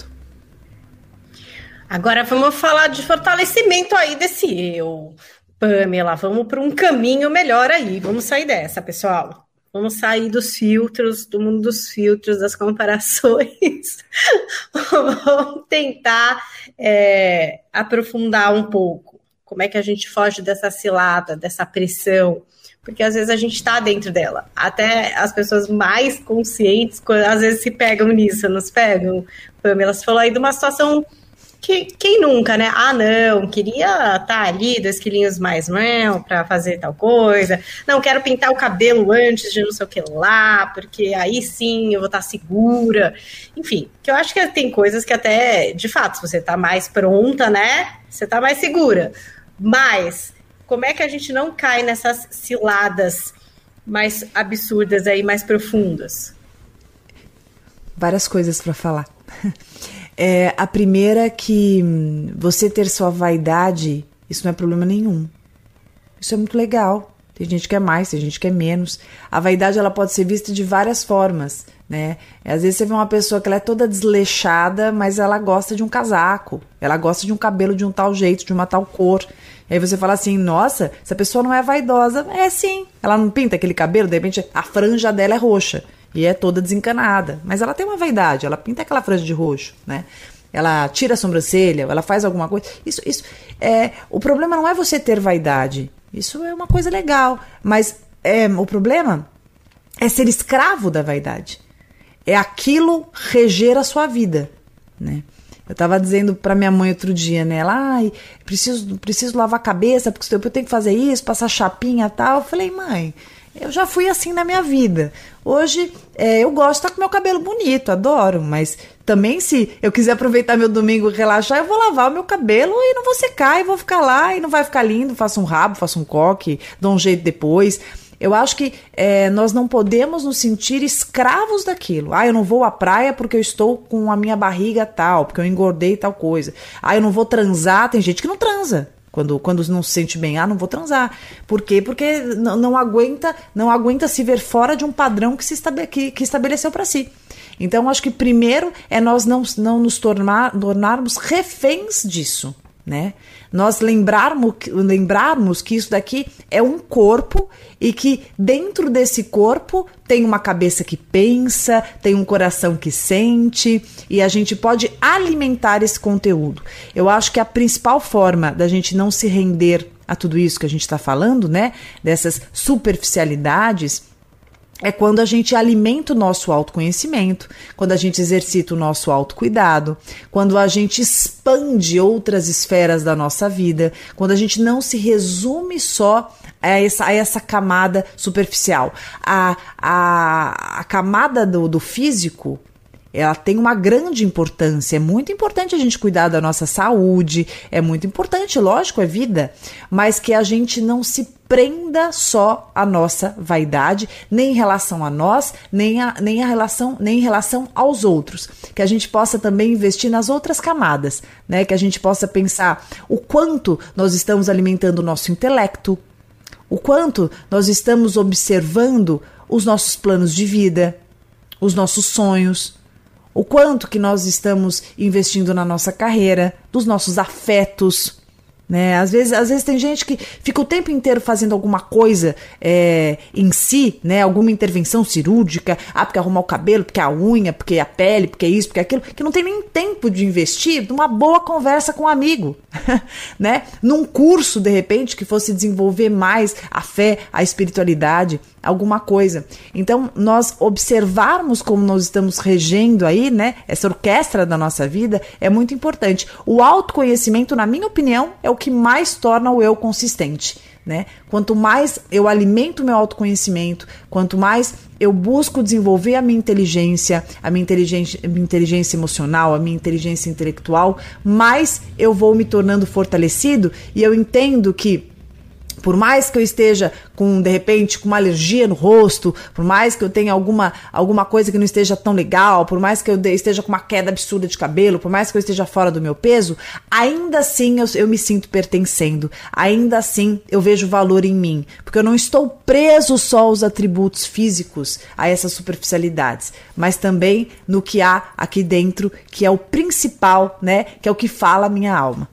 [SPEAKER 2] Agora vamos falar de fortalecimento aí desse eu. Pamela, vamos para um caminho melhor aí. Vamos sair dessa, pessoal. Vamos sair dos filtros, do mundo dos filtros, das comparações. Vamos tentar é, aprofundar um pouco. Como é que a gente foge dessa cilada, dessa pressão? Porque às vezes a gente está dentro dela. Até as pessoas mais conscientes, às vezes se pegam nisso, nos pegam. Pamela, você falou aí de uma situação... Que, quem nunca, né? Ah, não, queria estar ali dois quilinhos mais não, para fazer tal coisa. Não, quero pintar o cabelo antes de não sei o que lá, porque aí sim eu vou estar segura. Enfim, que eu acho que tem coisas que até, de fato, se você está mais pronta, né? Você está mais segura. Mas, como é que a gente não cai nessas ciladas mais absurdas aí, mais profundas?
[SPEAKER 3] Várias coisas para falar. É, a primeira é que você ter sua vaidade, isso não é problema nenhum. Isso é muito legal. Tem gente que quer mais, tem gente que quer menos. A vaidade, ela pode ser vista de várias formas, né? Às vezes você vê uma pessoa que ela é toda desleixada, mas ela gosta de um casaco. Ela gosta de um cabelo de um tal jeito, de uma tal cor. E aí você fala assim, nossa, essa pessoa não é vaidosa. É sim, ela não pinta aquele cabelo, de repente a franja dela é roxa. E é toda desencanada. Mas ela tem uma vaidade, ela pinta aquela franja de roxo, né? Ela tira a sobrancelha, ela faz alguma coisa. Isso, isso é, o problema não é você ter vaidade. Isso é uma coisa legal. Mas é, o problema é ser escravo da vaidade. É aquilo reger a sua vida, né? Eu estava dizendo para minha mãe outro dia, né? Ela, ai, preciso, preciso lavar a cabeça, porque eu tenho que fazer isso, passar chapinha e tal. Eu falei, mãe... Eu já fui assim na minha vida. Hoje, é, eu gosto de estar com meu cabelo bonito, adoro. Mas também, se eu quiser aproveitar meu domingo e relaxar, eu vou lavar o meu cabelo e não vou secar, e vou ficar lá, e não vai ficar lindo. Faço um rabo, faço um coque, dou um jeito depois. Eu acho que é, nós não podemos nos sentir escravos daquilo. Ah, eu não vou à praia porque eu estou com a minha barriga tal, porque eu engordei tal coisa. Ah, eu não vou transar. Tem gente que não transa. Quando, quando não se sente bem, ah, não vou transar. Por quê? Porque não, não, aguenta, não aguenta se ver fora de um padrão que, se estabe, que, que estabeleceu para si. Então, acho que primeiro é nós não, não nos tornar, tornarmos reféns disso, né? Nós lembrarmos, lembrarmos que isso daqui é um corpo e que dentro desse corpo tem uma cabeça que pensa, tem um coração que sente e a gente pode alimentar esse conteúdo. Eu acho que a principal forma da gente não se render a tudo isso que a gente está falando, né, dessas superficialidades, é quando a gente alimenta o nosso autoconhecimento, quando a gente exercita o nosso autocuidado, quando a gente expande outras esferas da nossa vida, quando a gente não se resume só a essa, a essa camada superficial. A, a, a camada do, do físico, ela tem uma grande importância. É muito importante a gente cuidar da nossa saúde, é muito importante, lógico, é vida, mas que a gente não se prenda só a nossa vaidade, nem em relação a nós, nem, a, nem, a relação, nem em relação aos outros. Que a gente possa também investir nas outras camadas, né? Que a gente possa pensar o quanto nós estamos alimentando o nosso intelecto, o quanto nós estamos observando os nossos planos de vida, os nossos sonhos, o quanto que nós estamos investindo na nossa carreira, dos nossos afetos, né? Às vezes, às vezes tem gente que fica o tempo inteiro fazendo alguma coisa é, em si, né? Alguma intervenção cirúrgica, ah, porque arrumar o cabelo, porque a unha, porque a pele, porque isso, porque aquilo, que não tem nem tempo de investir numa boa conversa com um amigo, né? Num curso, de repente, que fosse desenvolver mais a fé, a espiritualidade, alguma coisa. Então, nós observarmos como nós estamos regendo aí, né, essa orquestra da nossa vida é muito importante. O autoconhecimento, na minha opinião, é o que mais torna o eu consistente, né? Quanto mais eu alimento o meu autoconhecimento, quanto mais eu busco desenvolver a minha inteligência, a minha inteligência, a minha inteligência emocional, a minha inteligência intelectual, mais eu vou me tornando fortalecido e eu entendo que por mais que eu esteja com, de repente, com uma alergia no rosto, por mais que eu tenha alguma, alguma coisa que não esteja tão legal, por mais que eu esteja com uma queda absurda de cabelo, por mais que eu esteja fora do meu peso, ainda assim eu, eu me sinto pertencendo, ainda assim eu vejo valor em mim, porque eu não estou preso só aos atributos físicos, a essas superficialidades, mas também no que há aqui dentro, que é o principal, né, que é o que fala a minha alma.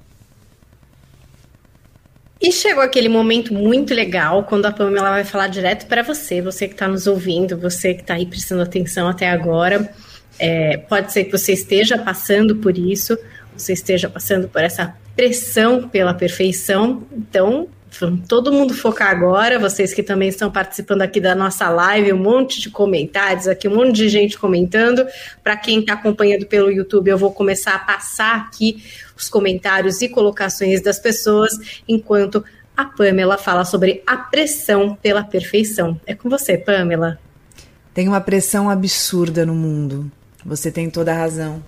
[SPEAKER 2] E chegou aquele momento muito legal, quando a Pamela vai falar direto para você, você que está nos ouvindo, você que está aí prestando atenção até agora. É, pode ser que você esteja passando por isso, você esteja passando por essa pressão pela perfeição. Então, vamos todo mundo focar agora, vocês que também estão participando aqui da nossa live, um monte de comentários aqui, um monte de gente comentando. Para quem está acompanhando pelo YouTube, eu vou começar a passar aqui os comentários e colocações das pessoas, enquanto a Pamela fala sobre a pressão pela perfeição. É com você, Pamela.
[SPEAKER 3] Tem uma pressão absurda no mundo, você tem toda a razão,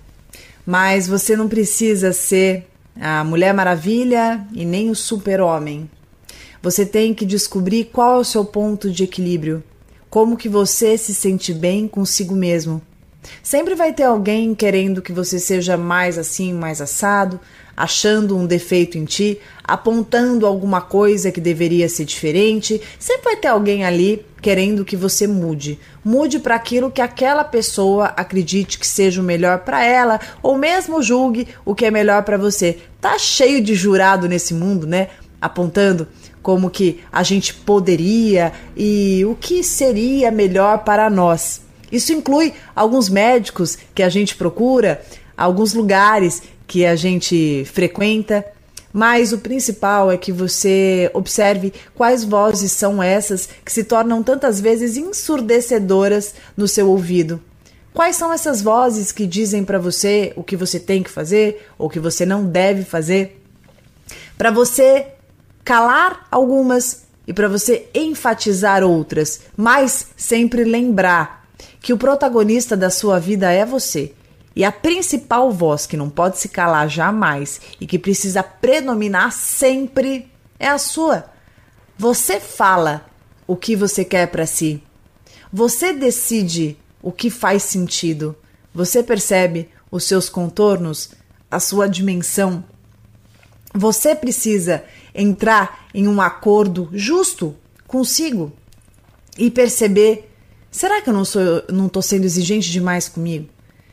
[SPEAKER 3] mas você não precisa ser a Mulher Maravilha e nem o Super-Homem. Você tem que descobrir qual é o seu ponto de equilíbrio, como que você se sente bem consigo mesmo. Sempre vai ter alguém querendo que você seja mais assim, mais assado, achando um defeito em ti, apontando alguma coisa que deveria ser diferente. Sempre vai ter alguém ali querendo que você mude. Mude para aquilo que aquela pessoa acredite que seja o melhor para ela, ou mesmo julgue o que é melhor para você. Tá cheio de jurado nesse mundo, né? Apontando como que a gente poderia e o que seria melhor para nós. Isso inclui alguns médicos que a gente procura, alguns lugares que a gente frequenta, mas o principal é que você observe quais vozes são essas que se tornam tantas vezes ensurdecedoras no seu ouvido. Quais são essas vozes que dizem para você o que você tem que fazer ou o que você não deve fazer? Para você calar algumas e para você enfatizar outras, mas sempre lembrar que o protagonista da sua vida é você. E a principal voz que não pode se calar jamais e que precisa predominar sempre é a sua. Você fala o que você quer para si. Você decide o que faz sentido. Você percebe os seus contornos, a sua dimensão. Você precisa entrar em um acordo justo consigo e perceber: será que eu não sou, não estou sendo exigente demais comigo?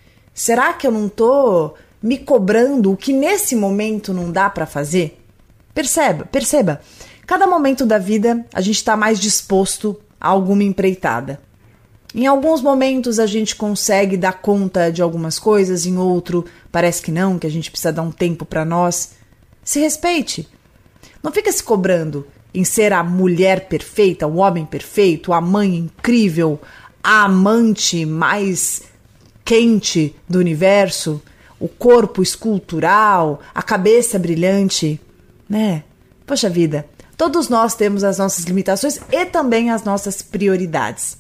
[SPEAKER 3] Será que eu não estou me cobrando o que nesse momento não dá para fazer? Perceba, perceba. Cada momento da vida a gente está mais disposto a alguma empreitada. Em alguns momentos a gente consegue dar conta de algumas coisas, em outro parece que não, que a gente precisa dar um tempo para nós. Se respeite. Não fica se cobrando em ser a mulher perfeita, o homem perfeito, a mãe incrível, a amante mais quente do universo, o corpo escultural, a cabeça brilhante, né? Poxa vida, todos nós temos as nossas limitações e também as nossas prioridades.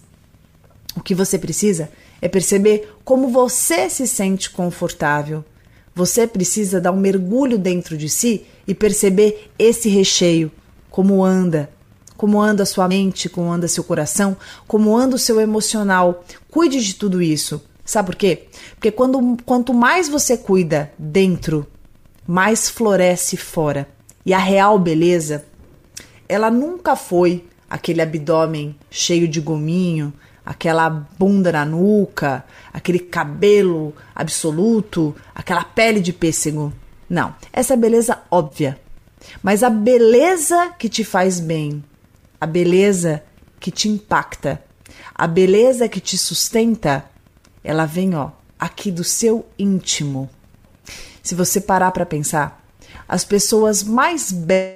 [SPEAKER 3] O que você precisa é perceber como você se sente confortável. Você precisa dar um mergulho dentro de si e perceber esse recheio, como anda, como anda a sua mente, como anda seu coração, como anda o seu emocional. Cuide de tudo isso. Sabe por quê? Porque quando, quanto mais você cuida dentro, mais floresce fora. E a real beleza, ela nunca foi aquele abdômen cheio de gominho, aquela bunda na nuca, aquele cabelo absoluto, aquela pele de pêssego. Não, essa é a beleza óbvia. Mas a beleza que te faz bem, a beleza que te impacta, a beleza que te sustenta, ela vem, ó, aqui do seu íntimo. Se você parar para pensar, as pessoas mais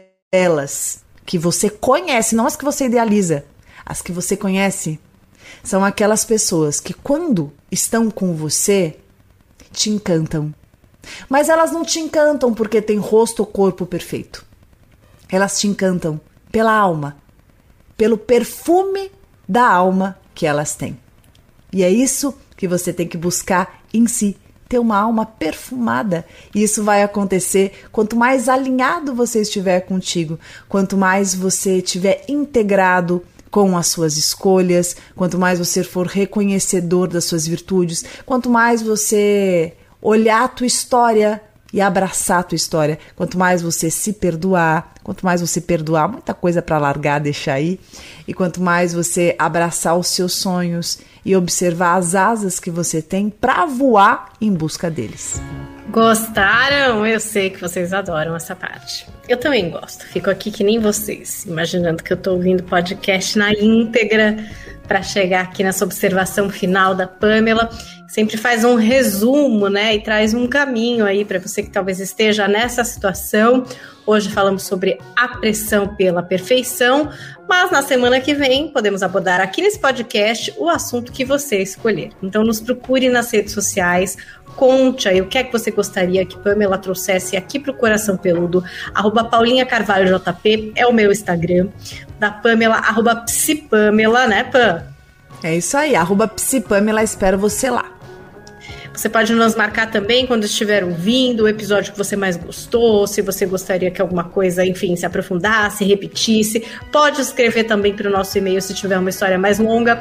[SPEAKER 3] belas que você conhece, não as que você idealiza, as que você conhece, são aquelas pessoas que quando estão com você, te encantam. Mas elas não te encantam porque tem rosto ou corpo perfeito. Elas te encantam pela alma, pelo perfume da alma que elas têm. E é isso que você tem que buscar em si, ter uma alma perfumada. E isso vai acontecer quanto mais alinhado você estiver contigo, quanto mais você estiver integrado com as suas escolhas, quanto mais você for reconhecedor das suas virtudes, quanto mais você olhar a tua história e abraçar a tua história, quanto mais você se perdoar, quanto mais você perdoar, muita coisa para largar, deixar aí, e quanto mais você abraçar os seus sonhos e observar as asas que você tem para voar em busca deles.
[SPEAKER 2] Gostaram? Eu sei que vocês adoram essa parte. Eu também gosto. Fico aqui que nem vocês, imaginando que eu tô ouvindo o podcast na íntegra para chegar aqui nessa observação final da Pamela. Sempre faz um resumo, né? E traz um caminho aí para você que talvez esteja nessa situação. Hoje falamos sobre a pressão pela perfeição, mas na semana que vem podemos abordar aqui nesse podcast o assunto que você escolher. Então nos procure nas redes sociais, conte aí o que é que você gostaria que Pamela trouxesse aqui para o Coração Peludo. Arroba Paulinha Carvalho J P é o meu Instagram. Da Pamela, arroba Psipamela, né, Pam?
[SPEAKER 3] É isso aí, arroba Psipamela, espero você lá.
[SPEAKER 2] Você pode nos marcar também quando estiver ouvindo o episódio que você mais gostou, se você gostaria que alguma coisa, enfim, se aprofundasse, repetisse. Pode escrever também para o nosso e-mail se tiver uma história mais longa,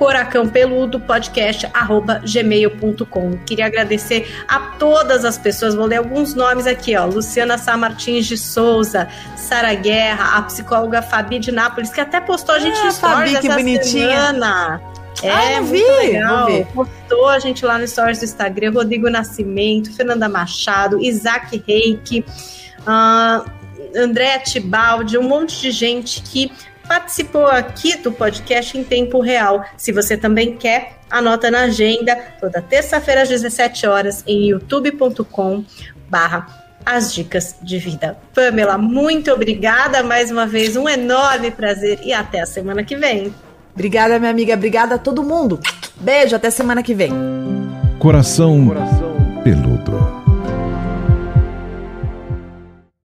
[SPEAKER 2] coracãopeludopodcast arroba gmail ponto com. Queria agradecer a todas as pessoas, vou ler alguns nomes aqui, ó. Luciana Sá Martins de Souza, Sara Guerra, a psicóloga Fabi de Nápoles, que até postou a gente
[SPEAKER 3] ah,
[SPEAKER 2] no stories
[SPEAKER 3] Fabi, que
[SPEAKER 2] essa
[SPEAKER 3] bonitinha.
[SPEAKER 2] semana. É,
[SPEAKER 3] ah, não
[SPEAKER 2] muito
[SPEAKER 3] vi,
[SPEAKER 2] legal.
[SPEAKER 3] Vou ver.
[SPEAKER 2] Postou a gente lá no stories do Instagram, Rodrigo Nascimento, Fernanda Machado, Isaac Reik, uh, André Tibaldi, um monte de gente que participou aqui do podcast em tempo real. Se você também quer, anota na agenda, toda terça-feira às dezessete horas em youtube ponto com barra As Dicas de Vida. Pamela, muito obrigada mais uma vez, um enorme prazer e até a semana que vem.
[SPEAKER 3] Obrigada, minha amiga. Obrigada a todo mundo. Beijo, até semana que vem.
[SPEAKER 1] Coração, Coração Peludo.